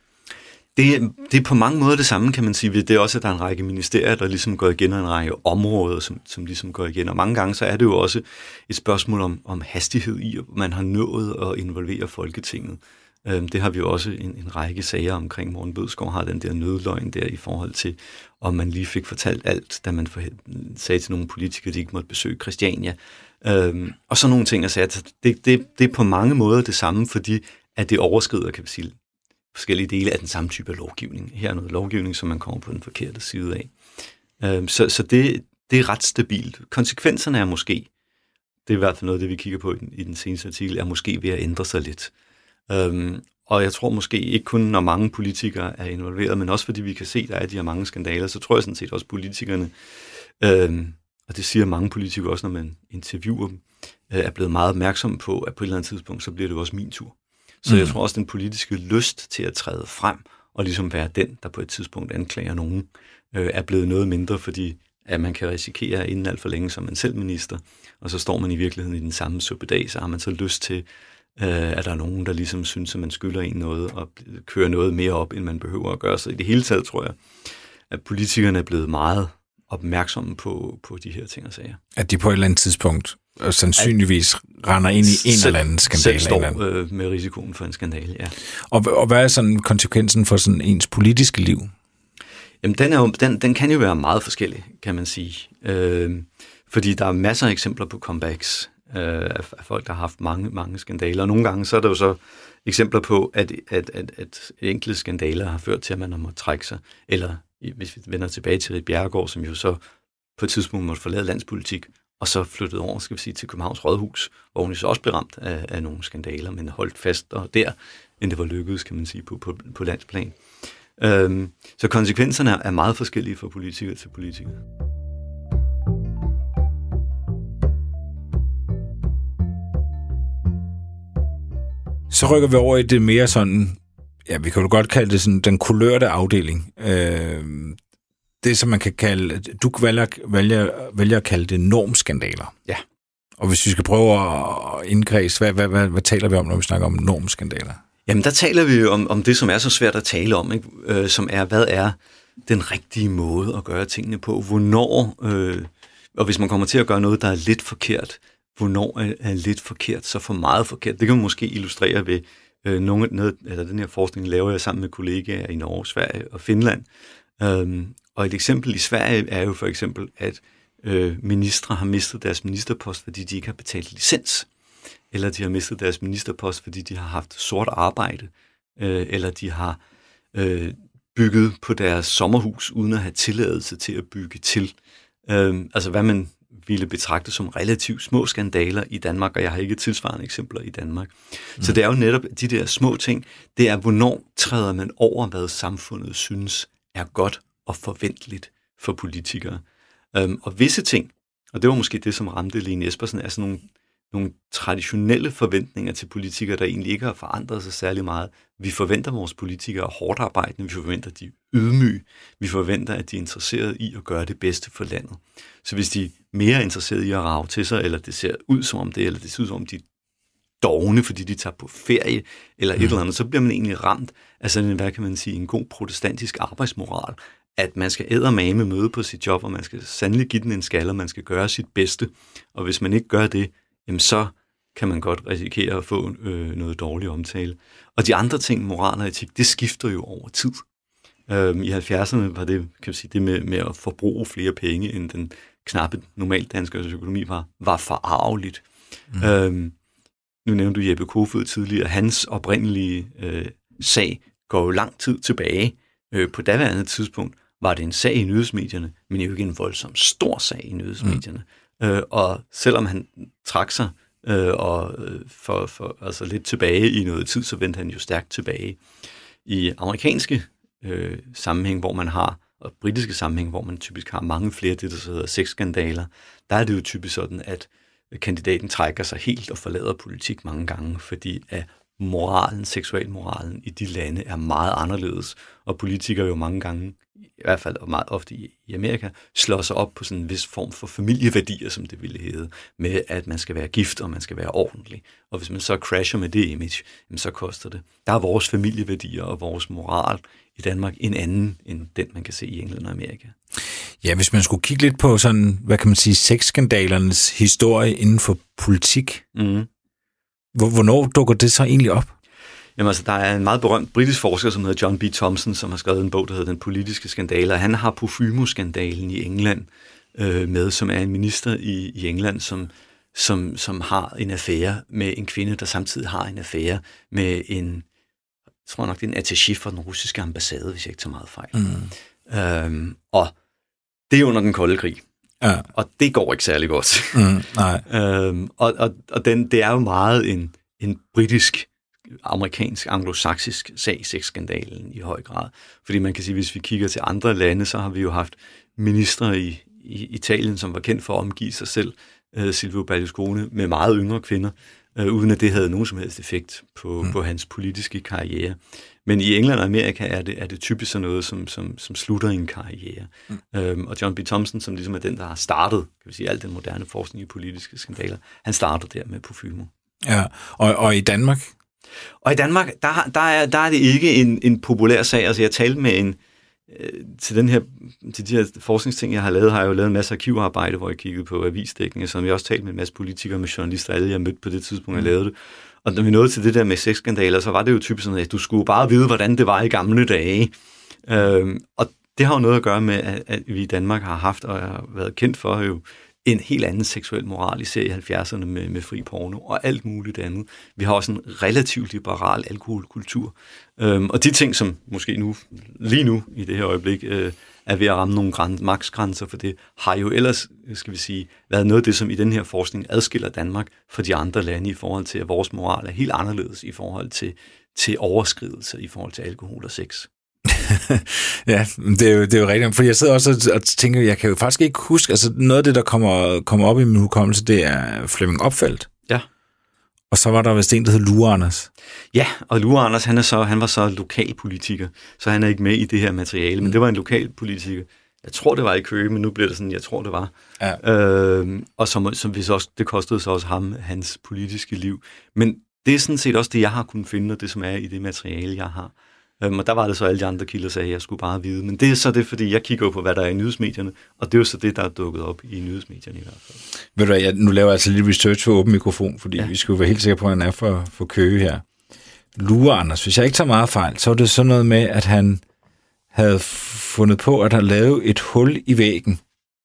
Det, det er på mange måder det samme, kan man sige. Det er også, at der er en række ministerier, der ligesom går igen, og en række områder, som, som ligesom går igen. Og mange gange så er det jo også et spørgsmål om, om hastighed i, at man har nået at involvere Folketinget. Det har vi jo også en, en række sager omkring. Morten Bødskov har den der nødløgn der i forhold til, om man lige fik fortalt alt, da man sagde til nogle politikere, at de ikke måtte besøge Christiania. Øhm, og så nogle ting, jeg sagde, at det, det, det er på mange måder det samme, fordi at det overskrider, kan vi sige, forskellige dele af den samme type af lovgivning. Her er noget lovgivning, som man kommer på den forkerte side af. Øhm, så så det, det er ret stabilt. Konsekvenserne er måske, det er i hvert fald noget, det vi kigger på i den, i den seneste artikel, er måske ved at ændre sig lidt. Øhm, og jeg tror måske ikke kun, når mange politikere er involveret, men også fordi vi kan se, at der er de her mange skandaler, så tror jeg sådan set også politikerne, øhm, og det siger mange politikere også, når man interviewer dem, øh, er blevet meget opmærksomme på, at på et eller andet tidspunkt, så bliver det også min tur. Så mm. jeg tror også, den politiske lyst til at træde frem, og ligesom være den, der på et tidspunkt anklager nogen, øh, er blevet noget mindre, fordi at man kan risikere inden alt for længe som man selv minister, og så står man i virkeligheden i den samme suppedag, så har man så lyst til, øh, at der er nogen, der ligesom synes, at man skylder en noget, og kører noget mere op, end man behøver at gøre. Så i det hele taget tror jeg, at politikerne er blevet meget opmærksomme på, på de her ting og sager. At de på et eller andet tidspunkt og sandsynligvis render ind i en selv, eller anden skandale. Selv står øh, med risikoen for en skandale, ja. Og, og hvad er sådan konsekvensen for sådan ens politiske liv? Jamen, den, er jo, den, den kan jo være meget forskellig, kan man sige. Øh, fordi der er masser af eksempler på comebacks øh, af, af folk, der har haft mange, mange skandaler. Og nogle gange så er der jo så eksempler på, at, at, at, at enkelte skandaler har ført til, at man har måttet trække sig. Eller hvis vi vender tilbage til Ritt Bjerregaard, som jo så på et tidspunkt måtte forlade landspolitik, og så flyttede over, skal vi sige, til Københavns Rådhus, hvor hun så også blev ramt af, af nogle skandaler, men holdt fast og der, end det var lykkedes, kan man sige, på, på, på landsplan. Øhm, så konsekvenserne er meget forskellige fra politikere til politikere. Så rykker vi over i det mere sådan, ja, vi kan jo godt kalde det sådan den kulørte afdeling. Øh, det, som man kan kalde, du vælger, vælger, vælger at kalde det normskandaler. Ja. Og hvis vi skal prøve at indkredse, hvad, hvad, hvad, hvad taler vi om, når vi snakker om normskandaler? Jamen, der taler vi jo om, om det, som er så svært at tale om, ikke? Øh, som er, hvad er den rigtige måde at gøre tingene på? Hvornår, øh, og hvis man kommer til at gøre noget, der er lidt forkert, hvornår er, er lidt forkert, så for meget forkert? Det kan man måske illustrere ved øh, nogle, noget, eller den her forskning laver jeg sammen med kollegaer i Norge, Sverige og Finland. Øhm, og et eksempel i Sverige er jo for eksempel, at øh, ministre har mistet deres ministerpost, fordi de ikke har betalt licens. Eller de har mistet deres ministerpost, fordi de har haft sort arbejde, øh, eller de har øh, bygget på deres sommerhus, uden at have tilladelse til at bygge til. Øh, altså hvad man ville betragte som relativt små skandaler i Danmark, og jeg har ikke tilsvarende eksempler i Danmark. Mm. Så det er jo netop de der små ting, det er, hvornår træder man over, hvad samfundet synes er godt og forventeligt for politikere. Øh, og visse ting, og det var måske det, som ramte Lene Espersen, er sådan nogle nogle traditionelle forventninger til politikere, der egentlig ikke har forandret sig særlig meget. Vi forventer, at vores politikere er hårdt arbejdende, vi forventer, at de er ydmyge, vi forventer, at de er interesserede i at gøre det bedste for landet. Så hvis de er mere interesserede i at rage til sig, eller det ser ud som om det, eller det ser ud som om de er dovne, fordi de tager på ferie, eller et eller andet, så bliver man egentlig ramt af sådan en, hvad kan man sige, en god protestantisk arbejdsmoral, at man skal eddermame møde på sit job, og man skal sandelig give den en skalle, og man skal gøre sit bedste. Og hvis man ikke gør det, jamen så kan man godt risikere at få øh, noget dårlig omtale. Og de andre ting, moral og etik, det skifter jo over tid. Øhm, I halvfjerdserne var det, kan man sige, det med, med at forbruge flere penge, end den knappe normalt danske økonomi var, var forarveligt. Mm. Øhm, nu nævnte du Jeppe Kofod tidligere. Hans oprindelige øh, sag går jo lang tid tilbage. Øh, på daværende tidspunkt var det en sag i nyhedsmedierne, men jo ikke en voldsom stor sag i nyhedsmedierne. Mm. Øh, og selvom han trak sig øh, og for, for altså lidt tilbage i noget tid, så vendte han jo stærkt tilbage. I amerikanske øh, sammenhæng, hvor man har, og britiske sammenhæng, hvor man typisk har mange flere det, der hedder sexskandaler, der er det jo typisk sådan, at kandidaten trækker sig helt og forlader politik mange gange, fordi at moralen, seksualmoralen i de lande er meget anderledes, og politikere jo mange gange, i hvert fald og meget ofte i, i Amerika, slår sig op på sådan en vis form for familieværdier, som det ville hedde, med at man skal være gift, og man skal være ordentlig. Og hvis man så crasher med det image, jamen så koster det. Der er vores familieværdier og vores moral i Danmark en anden, end den, man kan se i England og Amerika. Ja, hvis man skulle kigge lidt på sådan, hvad kan man sige, sexskandalernes historie inden for politik, mm. hvornår dukker det så egentlig op? Jamen altså, der er en meget berømt britisk forsker, som hedder John B. Thompson, som har skrevet en bog, der hedder Den politiske skandale. Han har Parfumo-skandalen i England øh, med, som er en minister i, i England, som, som, som har en affære med en kvinde, der samtidig har en affære med en, jeg tror nok, det er en attaché fra den russiske ambassade, hvis jeg ikke tager meget fejl. Mm. Øhm, og det er under den kolde krig. Ja. Og det går ikke særlig godt. Mm, nej. øhm, og og, og den, det er jo meget en, en britisk, amerikansk, anglosaksisk sag, sexskandalen i høj grad. Fordi man kan sige, hvis vi kigger til andre lande, så har vi jo haft ministre i, i Italien, som var kendt for at omgive sig selv, uh, Silvio Berlusconi, med meget yngre kvinder, uh, uden at det havde nogen som helst effekt på, mm. på hans politiske karriere. Men i England og Amerika er det, er det typisk sådan noget, som, som, som slutter i en karriere. Mm. Um, og John B. Thompson, som ligesom er den, der har startet, kan vi sige, al den moderne forskning i politiske skandaler, han starter der med Parfumo. Ja, og, og i Danmark? Og i Danmark, der, der, er, der er det ikke en, en populær sag. Altså jeg talte med en, øh, til, den her, til de her forskningsting, jeg har lavet, har jeg jo lavet en masse arkivarbejde, hvor jeg kiggede på avisdækning, som jeg også talte med en masse politikere, med journalister, alle jeg mødte på det tidspunkt, jeg lavede det. Og når vi nåede til det der med sexskandaler, så var det jo typisk sådan, at du skulle bare vide, hvordan det var i gamle dage. Øhm, og det har jo noget at gøre med, at, at vi i Danmark har haft, og har været kendt for jo, en helt anden seksuel moral, især i halvfjerdserne med, med fri porno og alt muligt andet. Vi har også en relativt liberal alkoholkultur. Øhm, og de ting, som måske nu, lige nu i det her øjeblik, øh, er ved at ramme nogle græn, maksgrænser for det, har jo ellers, skal vi sige, været noget af det, som i den her forskning adskiller Danmark fra de andre lande i forhold til, at vores moral er helt anderledes i forhold til, til overskridelser i forhold til alkohol og sex. Ja, det er, jo, det er jo rigtigt, fordi jeg sidder også og tænker, jeg kan jo faktisk ikke huske, altså noget af det, der kommer, kommer op i min hukommelse, det er Flemming Opfeldt. Ja. Og så var der vist en, der hed Lure Anders. Ja, og Lure Anders, han, er så, han var så lokalpolitiker, så han er ikke med i det her materiale, men det var en lokalpolitiker. Jeg tror, det var i Køge, men nu bliver det sådan, jeg tror, det var. Ja. Øhm, og som, som vi så også, det kostede så også ham, hans politiske liv. Men det er sådan set også det, jeg har kunnet finde, og det, som er i det materiale, jeg har. Øhm, og der var det så alle de andre kilder, sagde, at jeg skulle bare vide. Men det er så det, fordi jeg kigger på, hvad der er i nyhedsmedierne, og det er jo så det, der er dukket op i nyhedsmedierne i hvert fald. Ved du hvad, jeg, nu laver jeg altså lidt research for åben mikrofon, fordi ja. vi skal jo være helt sikre på, at han er for, for Køge her. Lure Anders, hvis jeg ikke tager meget fejl, så var det sådan noget med, at han havde fundet på, at han lavede et hul i væggen.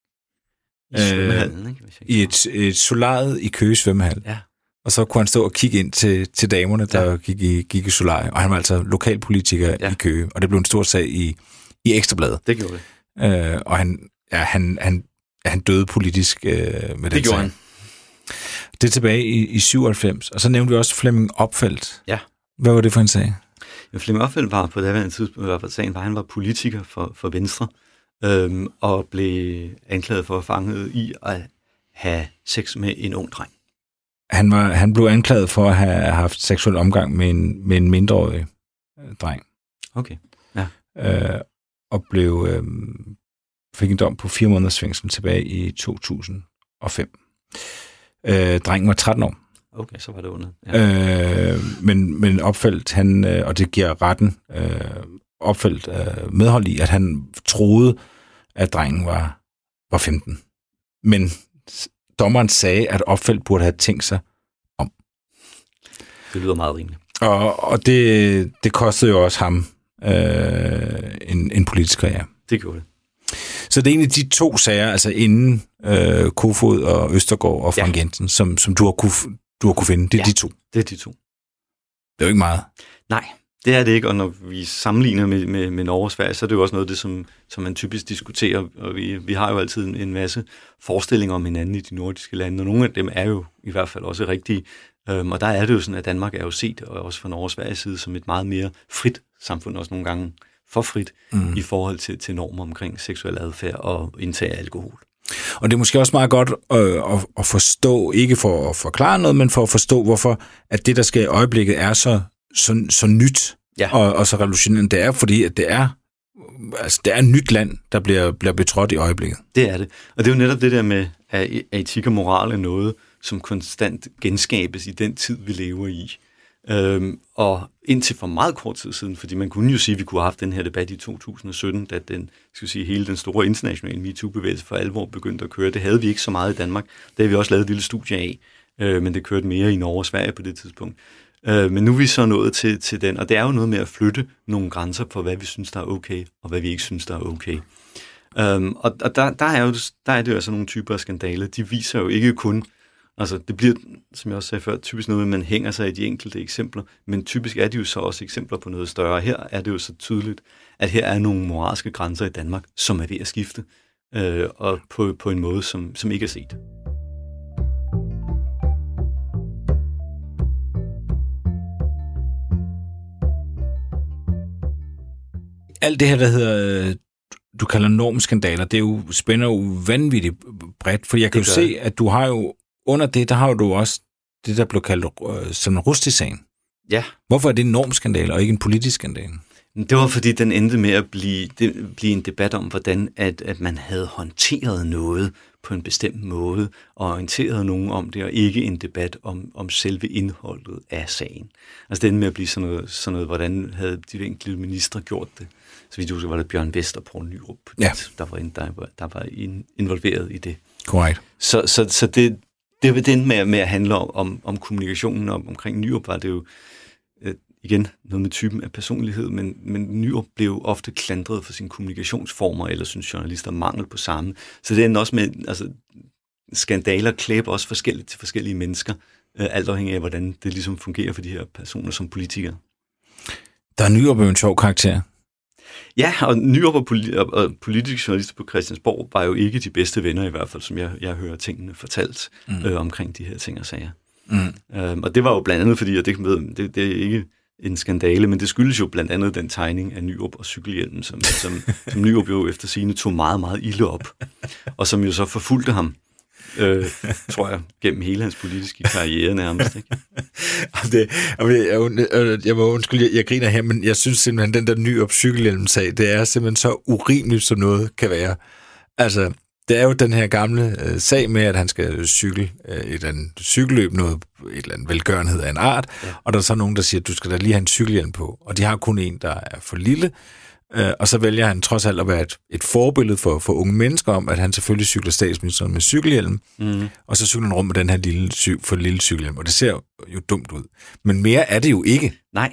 I svømmehallen, øh, ikke? I et, et solariet i Køge svømmehal. Ja. Og så kunne han stå og kigge ind til, til damerne, der ja. gik i, gik i solariet. Og han var altså lokalpolitiker ja. i Køge, og det blev en stor sag i, i Ekstrabladet. Det gjorde det. Øh, og han, ja, han, han, han døde politisk øh, med det den Det gjorde sag. han. Det er tilbage i, i syvoghalvfems. Og så nævnte vi også Flemming Opfeldt. Ja. Hvad var det for en sag? Ja, Flemming Opfeldt var på det her tidspunkt, i hvert fald sagen, var, han var politiker for, for Venstre, øhm, og blev anklaget for at fange i at have sex med en ung dreng. Han, var, han blev anklaget for at have haft seksuel omgang med en, med en mindreårig øh, dreng. Okay, ja. Øh, og blev, øh, fik en dom på fire måneders fængsel tilbage i to tusind og fem. Øh, drengen var tretten år. Okay, så var det under. Ja. Øh, men, men Opfeldt, han, øh, og det giver retten, øh, Opfeldt øh, medhold i, at han troede, at drengen var, var femten. Men dommeren sagde, at Opfeldt burde have tænkt sig om. Det lyder meget rimeligt. Og, og det, det kostede jo også ham øh, en, en politisk karriere. Det gjorde det. Så det er egentlig de to sager, altså inden øh, Kofod og Østergaard og Frank ja. Jensen, som, som du har kunne, du har kunne finde. Det er ja, de to. det er de to. Det er jo ikke meget. Nej, Det er det ikke, og når vi sammenligner med, med, med Norge og Sverige, så er det jo også noget af det, som, som man typisk diskuterer, og vi, vi har jo altid en masse forestillinger om hinanden i de nordiske lande, og nogle af dem er jo i hvert fald også rigtige, øhm, og der er det jo sådan, at Danmark er jo set, og også fra Norge og Sveriges side, som et meget mere frit samfund, også nogle gange for frit, mm. i forhold til, til normer omkring seksuel adfærd og indtag af alkohol. Og det er måske også meget godt øh, at, at forstå, ikke for at forklare noget, men for at forstå, hvorfor at det, der sker i øjeblikket, er så, så, så nyt ja. og, og så revolutionerende. Det er, fordi at det er, altså, det er et nyt land, der bliver, bliver betrådt i øjeblikket. Det er det. Og det er jo netop det der med, at etik og moral er noget, som konstant genskabes i den tid, vi lever i. Øhm, og indtil for meget kort tid siden, fordi man kunne jo sige, at vi kunne have haft den her debat i to tusind og sytten, da den, skal sige, hele den store internationale MeToo-bevægelse for alvor begyndte at køre. Det havde vi ikke så meget i Danmark. Det har vi også lavet et lille studie af, øh, men det kørte mere i Norge og Sverige på det tidspunkt. Øh, men nu er vi så nået til, til den, og det er jo noget med at flytte nogle grænser for, hvad vi synes, der er okay, og hvad vi ikke synes, der er okay. Øhm, og og der, der, er jo, der er det jo altså nogle typer af skandaler. De viser jo ikke kun, altså det bliver, som jeg også sagde før, typisk noget, at man hænger sig i de enkelte eksempler, men typisk er det jo så også eksempler på noget større. Her er det jo så tydeligt, at her er nogle moralske grænser i Danmark, som er ved at skifte, øh, og på, på en måde, som, som ikke er set. Alt det her, der hedder, du kalder normskandaler, det er jo, spænder jo vanvittigt bredt, for jeg kan jo se, at du har jo, under det, der har du også det, der blev kaldt øh, sådan Rushdie-sagen. Ja. Hvorfor er det en normskandal og ikke en politisk skandal? Det var, fordi den endte med at blive, det, blive en debat om, hvordan at, at man havde håndteret noget på en bestemt måde, og orienteret nogen om det, og ikke en debat om, om selve indholdet af sagen. Altså det endte med at blive sådan noget, sådan noget hvordan havde de enkelte ministre gjort det. Så vidt du husker, var det Bjørn Westh og Poul Nyrup, ja. der var, der, der var involveret i det. Korrekt. Så, så, så det, det, det endte med, med at handle om, om, om kommunikationen om, omkring Nyrup, var det jo øh, igen noget med typen af personlighed, men, men Nyrup blev ofte klandret for sine kommunikationsformer, eller synes journalister mangel på samme. Så det endte også med, altså skandaler klæber også forskelligt til forskellige mennesker, øh, alt afhængig af, hvordan det ligesom fungerer for de her personer som politikere. Der er Nyrup jo en sjov karakter. Ja, og Nyrup og, politi- og politiske journalister på Christiansborg var jo ikke de bedste venner, i hvert fald, som jeg, jeg hører tingene fortalt mm. øh, omkring de her ting og sager. Mm. Øhm, og det var jo blandt andet, fordi, og det, det, det er ikke en skandale, men det skyldes jo blandt andet den tegning af Nyrup og cykelhjelmen, som, som, som Nyrup jo efter sigende tog meget, meget ilde op, og som jo så forfulgte ham, øh, tror jeg, gennem hele hans politiske karriere nærmest. Ikke? det, jeg, jeg må undskylde, jeg, jeg griner her, men jeg synes simpelthen, den der Nyrup cykelhjelm-sag, det er simpelthen så urimeligt, som noget kan være. Altså, det er jo den her gamle øh, sag med, at han skal cykle øh, et eller andet cykelløb, noget, et eller andet velgørenhed af en art, ja. Og der er så nogen, der siger, at du skal da lige have en cykelhjelm på, og de har kun en, der er for lille, øh, og så vælger han trods alt at være et, et forbillede for, for unge mennesker om, at han selvfølgelig cykler statsministeren med cykelhjelm, mm. og så cykler han rundt med den her lille, for lille cykelhjelm, og det ser jo dumt ud. Men mere er det jo ikke. Nej.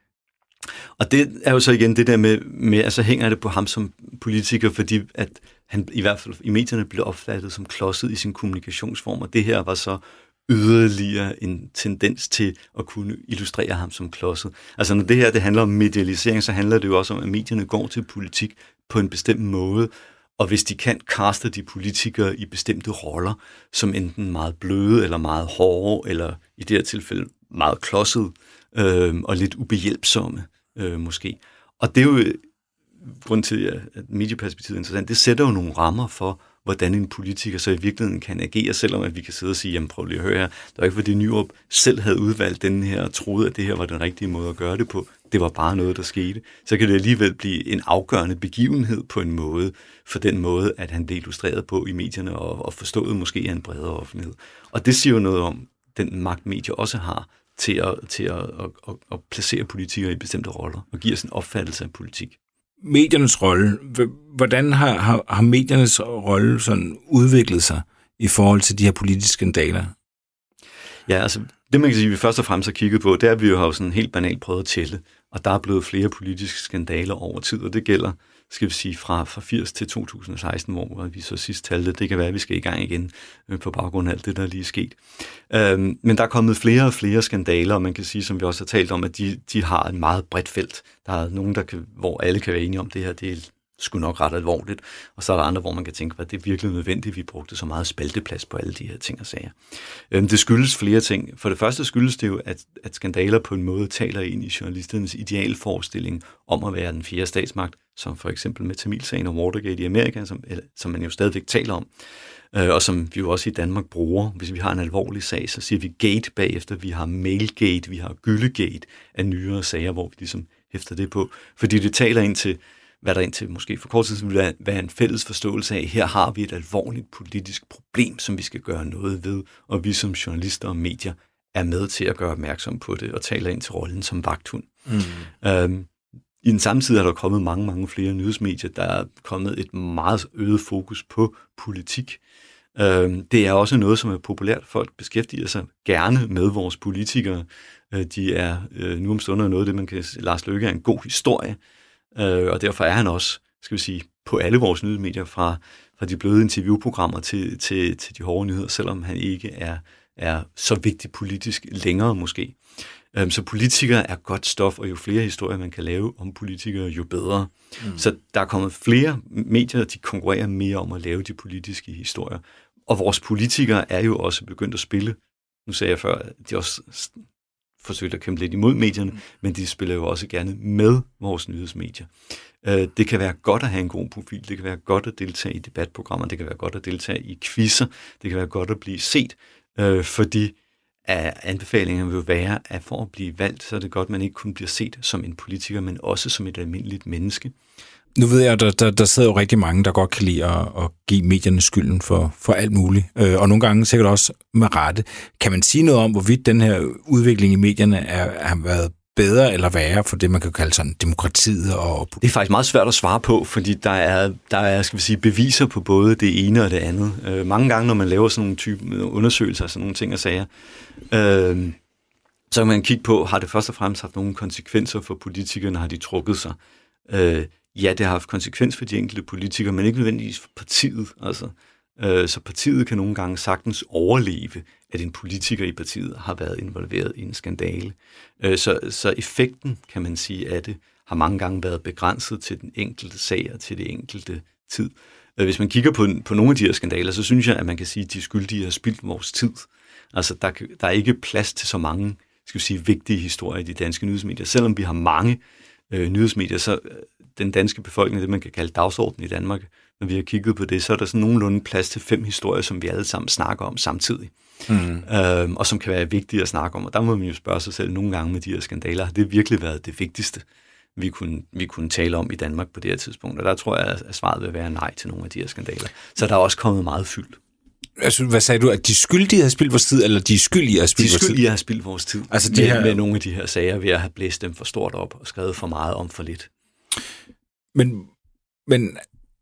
Og det er jo så igen det der med, med altså hænger det på ham som politiker, fordi at han i hvert fald i medierne blev opfattet som klodset i sin kommunikationsform, og det her var så yderligere en tendens til at kunne illustrere ham som klodset. Altså når det her det handler om medialisering, så handler det jo også om, at medierne går til politik på en bestemt måde, og hvis de kan kaste de politikere i bestemte roller, som enten meget bløde eller meget hårde, eller i det her tilfælde meget klodset øh, og lidt ubehjælpsomme øh, måske. Og det er jo grund til, at medieperspektivet er interessant, det sætter jo nogle rammer for, hvordan en politiker så i virkeligheden kan agere, selvom at vi kan sidde og sige, jamen prøv lige at høre her, det var ikke fordi Nyrup selv havde udvalgt den her, og troede, at det her var den rigtige måde at gøre det på. Det var bare noget, der skete. Så kan det alligevel blive en afgørende begivenhed på en måde, for den måde, at han blev illustreret på i medierne, og, og forstået måske af en bredere offentlighed. Og det siger jo noget om den magt, medier også har, til at, til at, at, at, at placere politikere i bestemte roller, og give os en opfattelse af politik. Mediernes rolle, hvordan har, har, har mediernes rolle sådan udviklet sig i forhold til de her politiske skandaler? Ja, altså det man kan sige, vi først og fremmest har kigget på, det er, at vi jo har sådan helt banalt prøvet at tælle, og der er blevet flere politiske skandaler over tid, og det gælder skal vi sige, fra, fra firs til to tusind og seksten, hvor vi så sidst talte. Det kan være, at vi skal i gang igen øh, på baggrund af alt det, der er lige sket. Øhm, men der er kommet flere og flere skandaler, og man kan sige, som vi også har talt om, at de, de har et meget bredt felt. Der er nogen, der kan, hvor alle kan være enige om, det her det er sgu nok ret alvorligt, og så er der andre, hvor man kan tænke, at det er virkelig nødvendigt, at vi brugte så meget spalteplads på alle de her ting og sager. Øhm, det skyldes flere ting. For det første skyldes det jo, at, at skandaler på en måde taler ind i journalisternes idealforestilling om at være den fjerde statsmagt, som for eksempel med Tamilsagen og Watergate i Amerika, som, som man jo stadigvæk taler om, øh, og som vi jo også i Danmark bruger. Hvis vi har en alvorlig sag, så siger vi gate bagefter, vi har mailgate, vi har gyllegate af nyere sager, hvor vi ligesom hæfter det på, fordi det taler ind til hvad der indtil måske for kort tid vil være en fælles forståelse af, her har vi et alvorligt politisk problem, som vi skal gøre noget ved, og vi som journalister og medier er med til at gøre opmærksom på det, og taler ind til rollen som vagthund. Mm. Øhm, I den samme tid er der kommet mange, mange flere nyhedsmedier, der er kommet et meget øget fokus på politik. Øhm, det er også noget, som er populært. Folk beskæftiger sig gerne med vores politikere. Øh, de er øh, nu om stunder noget af det, man kan Lars Løkke er en god historie, Uh, og derfor er han også, skal vi sige, på alle vores nyhedsmedier, fra, fra de bløde interviewprogrammer til, til, til de hårde nyheder, selvom han ikke er, er så vigtig politisk længere måske. Um, så politikere er godt stof, og jo flere historier man kan lave om politikere, jo bedre. Mm. Så der er kommet flere medier, de konkurrerer mere om at lave de politiske historier. Og vores politikere er jo også begyndt at spille, nu sagde jeg før, at de også forsøgt at kæmpe lidt imod medierne, mm. men de spiller jo også gerne med vores nyhedsmedier. Øh, det kan være godt at have en god profil, det kan være godt at deltage i debatprogrammer, det kan være godt at deltage i quizzer, det kan være godt at blive set, øh, fordi anbefalingen vil være, at for at blive valgt, så er det godt, at man ikke kun bliver set som en politiker, men også som et almindeligt menneske. Nu ved jeg, at der, der, der sidder jo rigtig mange, der godt kan lide at, at give medierne skylden for, for alt muligt. Øh, og nogle gange sikkert også med rette. Kan man sige noget om, hvorvidt den her udvikling i medierne er, har været bedre eller værre for det, man kan kalde sådan demokratiet? Og det er faktisk meget svært at svare på, fordi der er, der er skal vi sige, beviser på både det ene og det andet. Øh, mange gange, når man laver sådan nogle type undersøgelser, sådan nogle ting og sager, øh, så kan man kigge på, har det først og fremmest haft nogle konsekvenser for politikerne, har de trukket sig? Øh, Ja, det har haft konsekvens for de enkelte politikere, men ikke nødvendigvis for partiet. Altså, øh, så partiet kan nogle gange sagtens overleve, at en politiker i partiet har været involveret i en skandale. Øh, så, så effekten, kan man sige, af det, har mange gange været begrænset til den enkelte sag og til det enkelte tid. Øh, hvis man kigger på, på nogle af de her skandaler, så synes jeg, at man kan sige, at de skyldige har spildt vores tid. Altså, der, der er ikke plads til så mange, skal vi sige, vigtige historier i de danske nyhedsmedier. Selvom vi har mange øh, nyhedsmedier, så den danske befolkning, det man kan kalde dagsorden i Danmark, når vi har kigget på det, så er der sådan nogenlunde plads til fem historier, som vi alle sammen snakker om samtidig, mm. øhm, og som kan være vigtige at snakke om. Og der må man jo spørge sig selv nogle gange med de her skandaler, har det virkelig været det vigtigste, vi kunne, vi kunne tale om i Danmark på det her tidspunkt? Og der tror jeg, at svaret vil være nej til nogle af de her skandaler. Så der er også kommet meget fyldt. Altså, hvad sagde du, at de skyldige har spildt vores tid, eller de skyldige har spildt vores tid? De skyldige har spildt vores tid, altså, de med, her... med nogle af de her sager, ved at have blæst dem for stort op og skrevet for meget om for lidt. Men, men,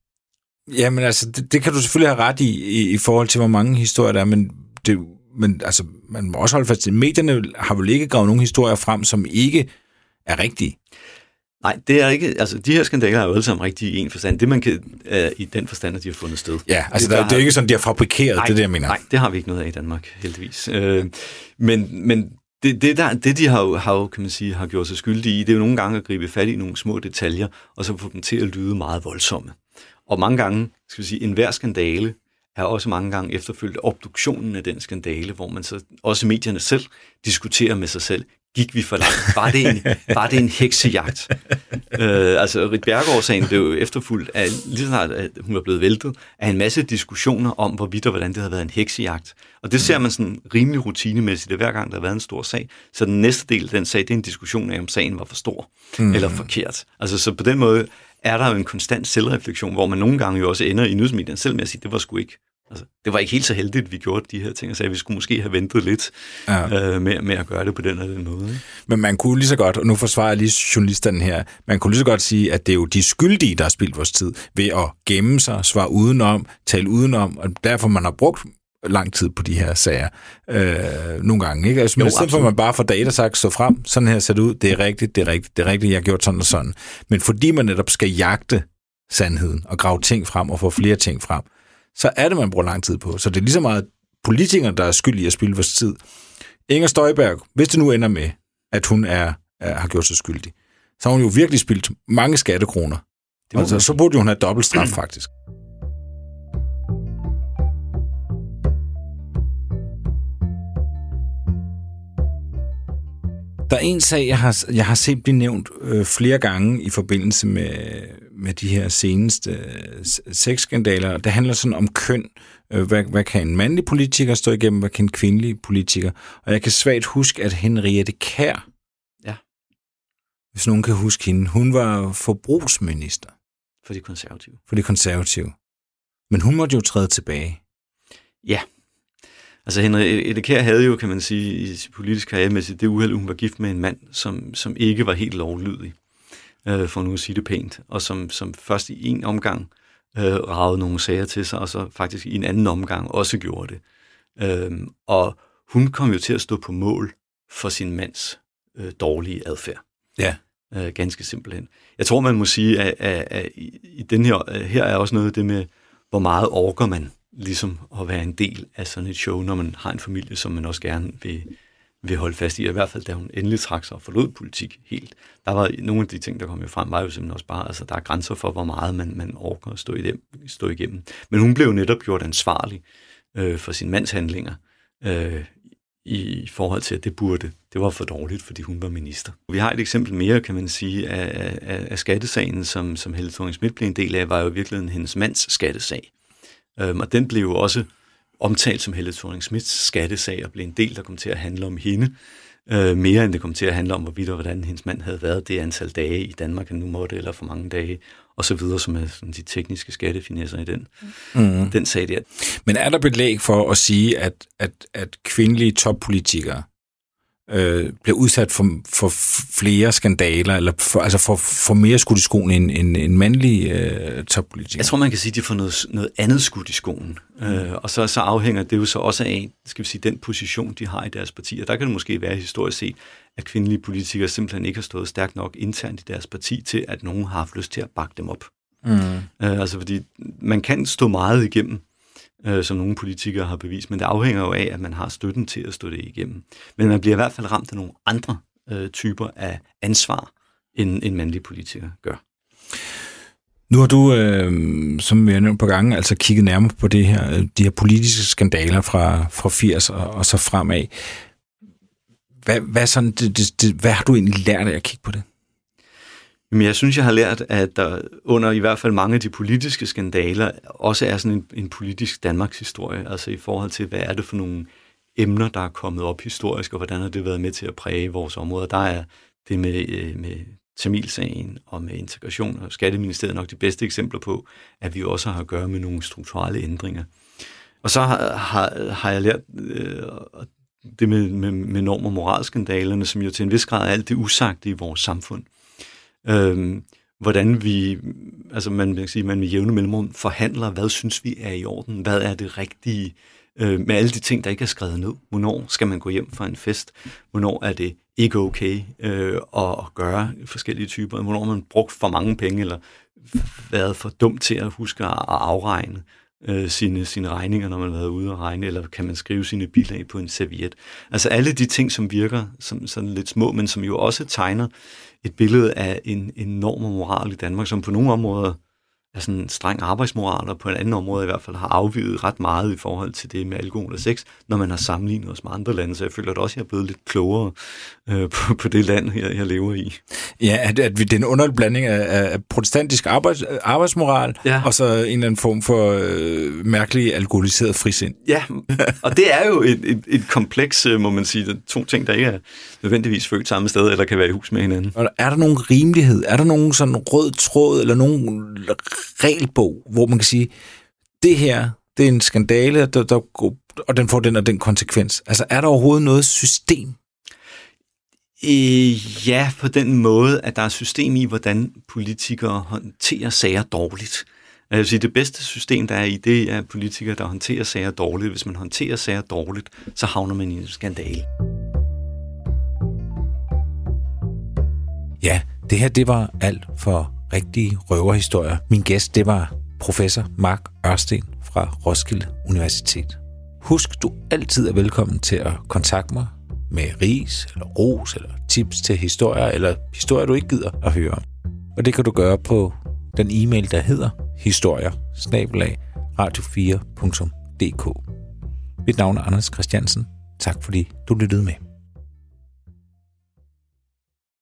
jamen altså, det, det kan du selvfølgelig have ret i, i, i forhold til, hvor mange historier der er, men, det, men altså, man må også holde fast til, medierne har vel ikke gravet nogen historier frem, som ikke er rigtige? Nej, det er ikke, altså de her skandaler er jo alle sammen rigtige i en forstand. Det man kan, uh, i den forstand, at de har fundet sted. Ja, altså det, der, det er ikke sådan, de har fabrikeret, nej, det er det, jeg mener. Nej, det har vi ikke noget af i Danmark, heldigvis. Uh, men, men Det, det, der, det de har jo, har jo, kan man sige, har gjort sig skyldige i, det er jo nogle gange at gribe fat i nogle små detaljer, og så få dem til at lyde meget voldsomme. Og mange gange, skal vi sige, enhver skandale er også mange gange efterfølgt obduktionen af den skandale, hvor man så, også medierne selv, diskuterer med sig selv, gik vi for langt? Var det en, var det en heksejagt? øh, altså, Ritt Bjerregaard-sagen blev jo efterfulgt af, lige snart at hun var blevet væltet, af en masse diskussioner om, hvorvidt og hvordan det havde været en heksejagt. Og det ser man sådan rimelig rutinemæssigt, at hver gang der har været en stor sag, så den næste del af den sag, det er en diskussion af, om sagen var for stor mm. eller forkert. Altså, så på den måde er der jo en konstant selvreflektion, hvor man nogle gange jo også ender i nyhedsmedierne selv med at sige, det var sgu ikke. Altså, det var ikke helt så heldigt, at vi gjorde de her ting, og sagde, at vi skulle måske have ventet lidt ja. øh, med, med at gøre det på den eller den måde. Ikke? Men man kunne lige så godt, og nu forsvarer jeg lige journalisterne her, man kunne lige så godt sige, at det er jo de skyldige, der har spildt vores tid, ved at gemme sig, svare udenom, tale udenom, og derfor man har brugt lang tid på de her sager. Øh, nogle gange, ikke? Altså, men jo, i stedet for, man bare får data sagt, stå frem, sådan her ser det ud, det er rigtigt, det er rigtigt, det er rigtigt, jeg har gjort sådan og sådan. Men fordi man netop skal jagte sandheden og grave ting frem og få flere ting frem, så er det, man bruger lang tid på. Så det er lige så meget politikere, der er skyld i at spilde vores tid. Inger Støjberg, hvis det nu ender med, at hun er, er, har gjort sig skyldig, så har hun jo virkelig spildt mange skattekroner. Altså, så burde hun have dobbelt straf, faktisk. Der er en sag, jeg har, jeg har set blive nævnt øh, flere gange i forbindelse med, med de her seneste øh, sexskandaler. Det handler sådan om køn. Øh, hvad, hvad kan en mandlig politiker stå igennem? Hvad kan en kvindelig politiker? Og jeg kan svagt huske, at Henriette Kjær, ja. hvis nogen kan huske hende, hun var forbrugsminister. For de konservative. For de konservative. Men hun måtte jo træde tilbage. Ja. Altså Henriette Kjær havde jo, kan man sige, i sin politiske karrieremæssigt det uheld, hun var gift med en mand, som, som ikke var helt lovlydig, øh, for nu at sige det pænt, og som, som først i en omgang øh, ragede nogle sager til sig, og så faktisk i en anden omgang også gjorde det. Øh, og hun kom jo til at stå på mål for sin mands øh, dårlige adfærd. Ja. Øh, ganske simpelthen. Jeg tror, man må sige, at, at, at i, i den her, her er også noget af det med, hvor meget orker man ligesom at være en del af sådan et show, når man har en familie, som man også gerne vil, vil holde fast i. I hvert fald, da hun endelig trak sig og forlod politik helt. Der var nogle af de ting, der kom jo frem, var jo simpelthen også bare, altså der er grænser for, hvor meget man, man orker at stå, i dem, stå igennem. Men hun blev netop gjort ansvarlig øh, for sin mands handlinger øh, i forhold til, at det burde, det var for dårligt, fordi hun var minister. Vi har et eksempel mere, kan man sige, af, af, af skattesagen, som, som Helle Thorning-Schmidt blev en del af, var jo i virkeligheden hendes mands skattesag. Øhm, og den blev jo også omtalt som Helle Thorning-Schmidts skattesag, og blev en del, der kom til at handle om hende, øh, mere end det kom til at handle om, hvorvidt og hvordan hendes mand havde været det antal dage i Danmark, han nu måtte, eller for mange dage, og så videre, som er sådan de tekniske skattefinesser i den, mm. den sag der. Men er der belæg for at sige, at, at, at kvindelige toppolitikere øh, bliver udsat for, for flere skandaler, eller for, altså for, for mere skudt i skoen end en, en mandlig øh, toppolitiker? Jeg tror, man kan sige, at de får noget, noget andet skudt i skoen. Mm. Øh, og så, så afhænger det jo så også af, skal vi sige, den position, de har i deres parti. Og der kan det måske være historisk set, at kvindelige politikere simpelthen ikke har stået stærkt nok internt i deres parti til, at nogen har haft lyst til at bakke dem op. Mm. Øh, altså fordi man kan stå meget igennem, øh, som nogle politikere har bevist, men det afhænger jo af, at man har støtten til at stå det igennem. Men man bliver i hvert fald ramt af nogle andre øh, typer af ansvar, end en mandlig politiker gør. Nu har du, øh, som vi har nævnt på gange, altså kigget nærmere på det her, de her politiske skandaler fra, fra firs og, og så fremad. Hvad, hvad, sådan, det, det, det, hvad har du egentlig lært af at kigge på det? Jamen, jeg synes, jeg har lært, at der under i hvert fald mange af de politiske skandaler også er sådan en, en politisk Danmarks historie, altså i forhold til, hvad er det for nogle emner, der er kommet op historisk, og hvordan har det været med til at præge vores områder. Der er det med, med Tamilsagen og med integration og Skatteministeriet nok de bedste eksempler på, at vi også har at gøre med nogle strukturelle ændringer. Og så har, har, har jeg lært øh, det med, med, med norm- og moralskandalerne, som jo til en vis grad er alt det usagte i vores samfund. Øhm, hvordan vi, altså man vil sige, man med jævne mellemrum forhandler, hvad synes vi er i orden, hvad er det rigtige, øh, med alle de ting, der ikke er skrevet ned. Hvornår skal man gå hjem fra en fest? Hvornår er det ikke okay øh, at, at gøre forskellige typer? Hvornår har man brugt for mange penge, eller været for dum til at huske at, at afregne øh, sine, sine regninger, når man har været ude at regne, eller kan man skrive sine bilag på en serviet? Altså alle de ting, som virker som sådan lidt små, men som jo også tegner et billede af en, en norm og moral i Danmark, som på nogle områder er sådan en streng arbejdsmoral, og på en anden område i hvert fald har afviget ret meget i forhold til det med alkohol og sex, når man har sammenlignet os med andre lande. Så jeg føler at også, at jeg er blevet lidt klogere øh, på, på det land, jeg, jeg lever i. Ja, at, at det er en underlig blanding af, af protestantisk arbejds, arbejdsmoral, ja, og så en eller anden form for øh, mærkelig alkoholiseret frisind. Ja, og det er jo et, et, et kompleks, må man sige, to ting, der ikke er nødvendigvis født samme sted, eller kan være i hus med hinanden. Og er der nogen rimelighed? Er der nogen sådan rød tråd, eller nogen regelbog, hvor man kan sige, det her, det er en skandale, der, der, og den får den og den konsekvens. Altså, er der overhovedet noget system? Øh, ja, på den måde, at der er system i, hvordan politikere håndterer sager dårligt. Jeg vil sige, det bedste system, der er i, det er politikere, der håndterer sager dårligt. Hvis man håndterer sager dårligt, så havner man i en skandale. Ja, det her, det var alt for rigtige røverhistorier. Min gæst, det var professor Mark Ørsten fra Roskilde Universitet. Husk, du altid er velkommen til at kontakte mig med ris, eller ros, eller tips til historier, eller historier, du ikke gider at høre om. Og det kan du gøre på den e-mail, der hedder historier snabel-a radio fire punktum d k. Mit navn er Anders Christiansen. Tak fordi du lyttede med.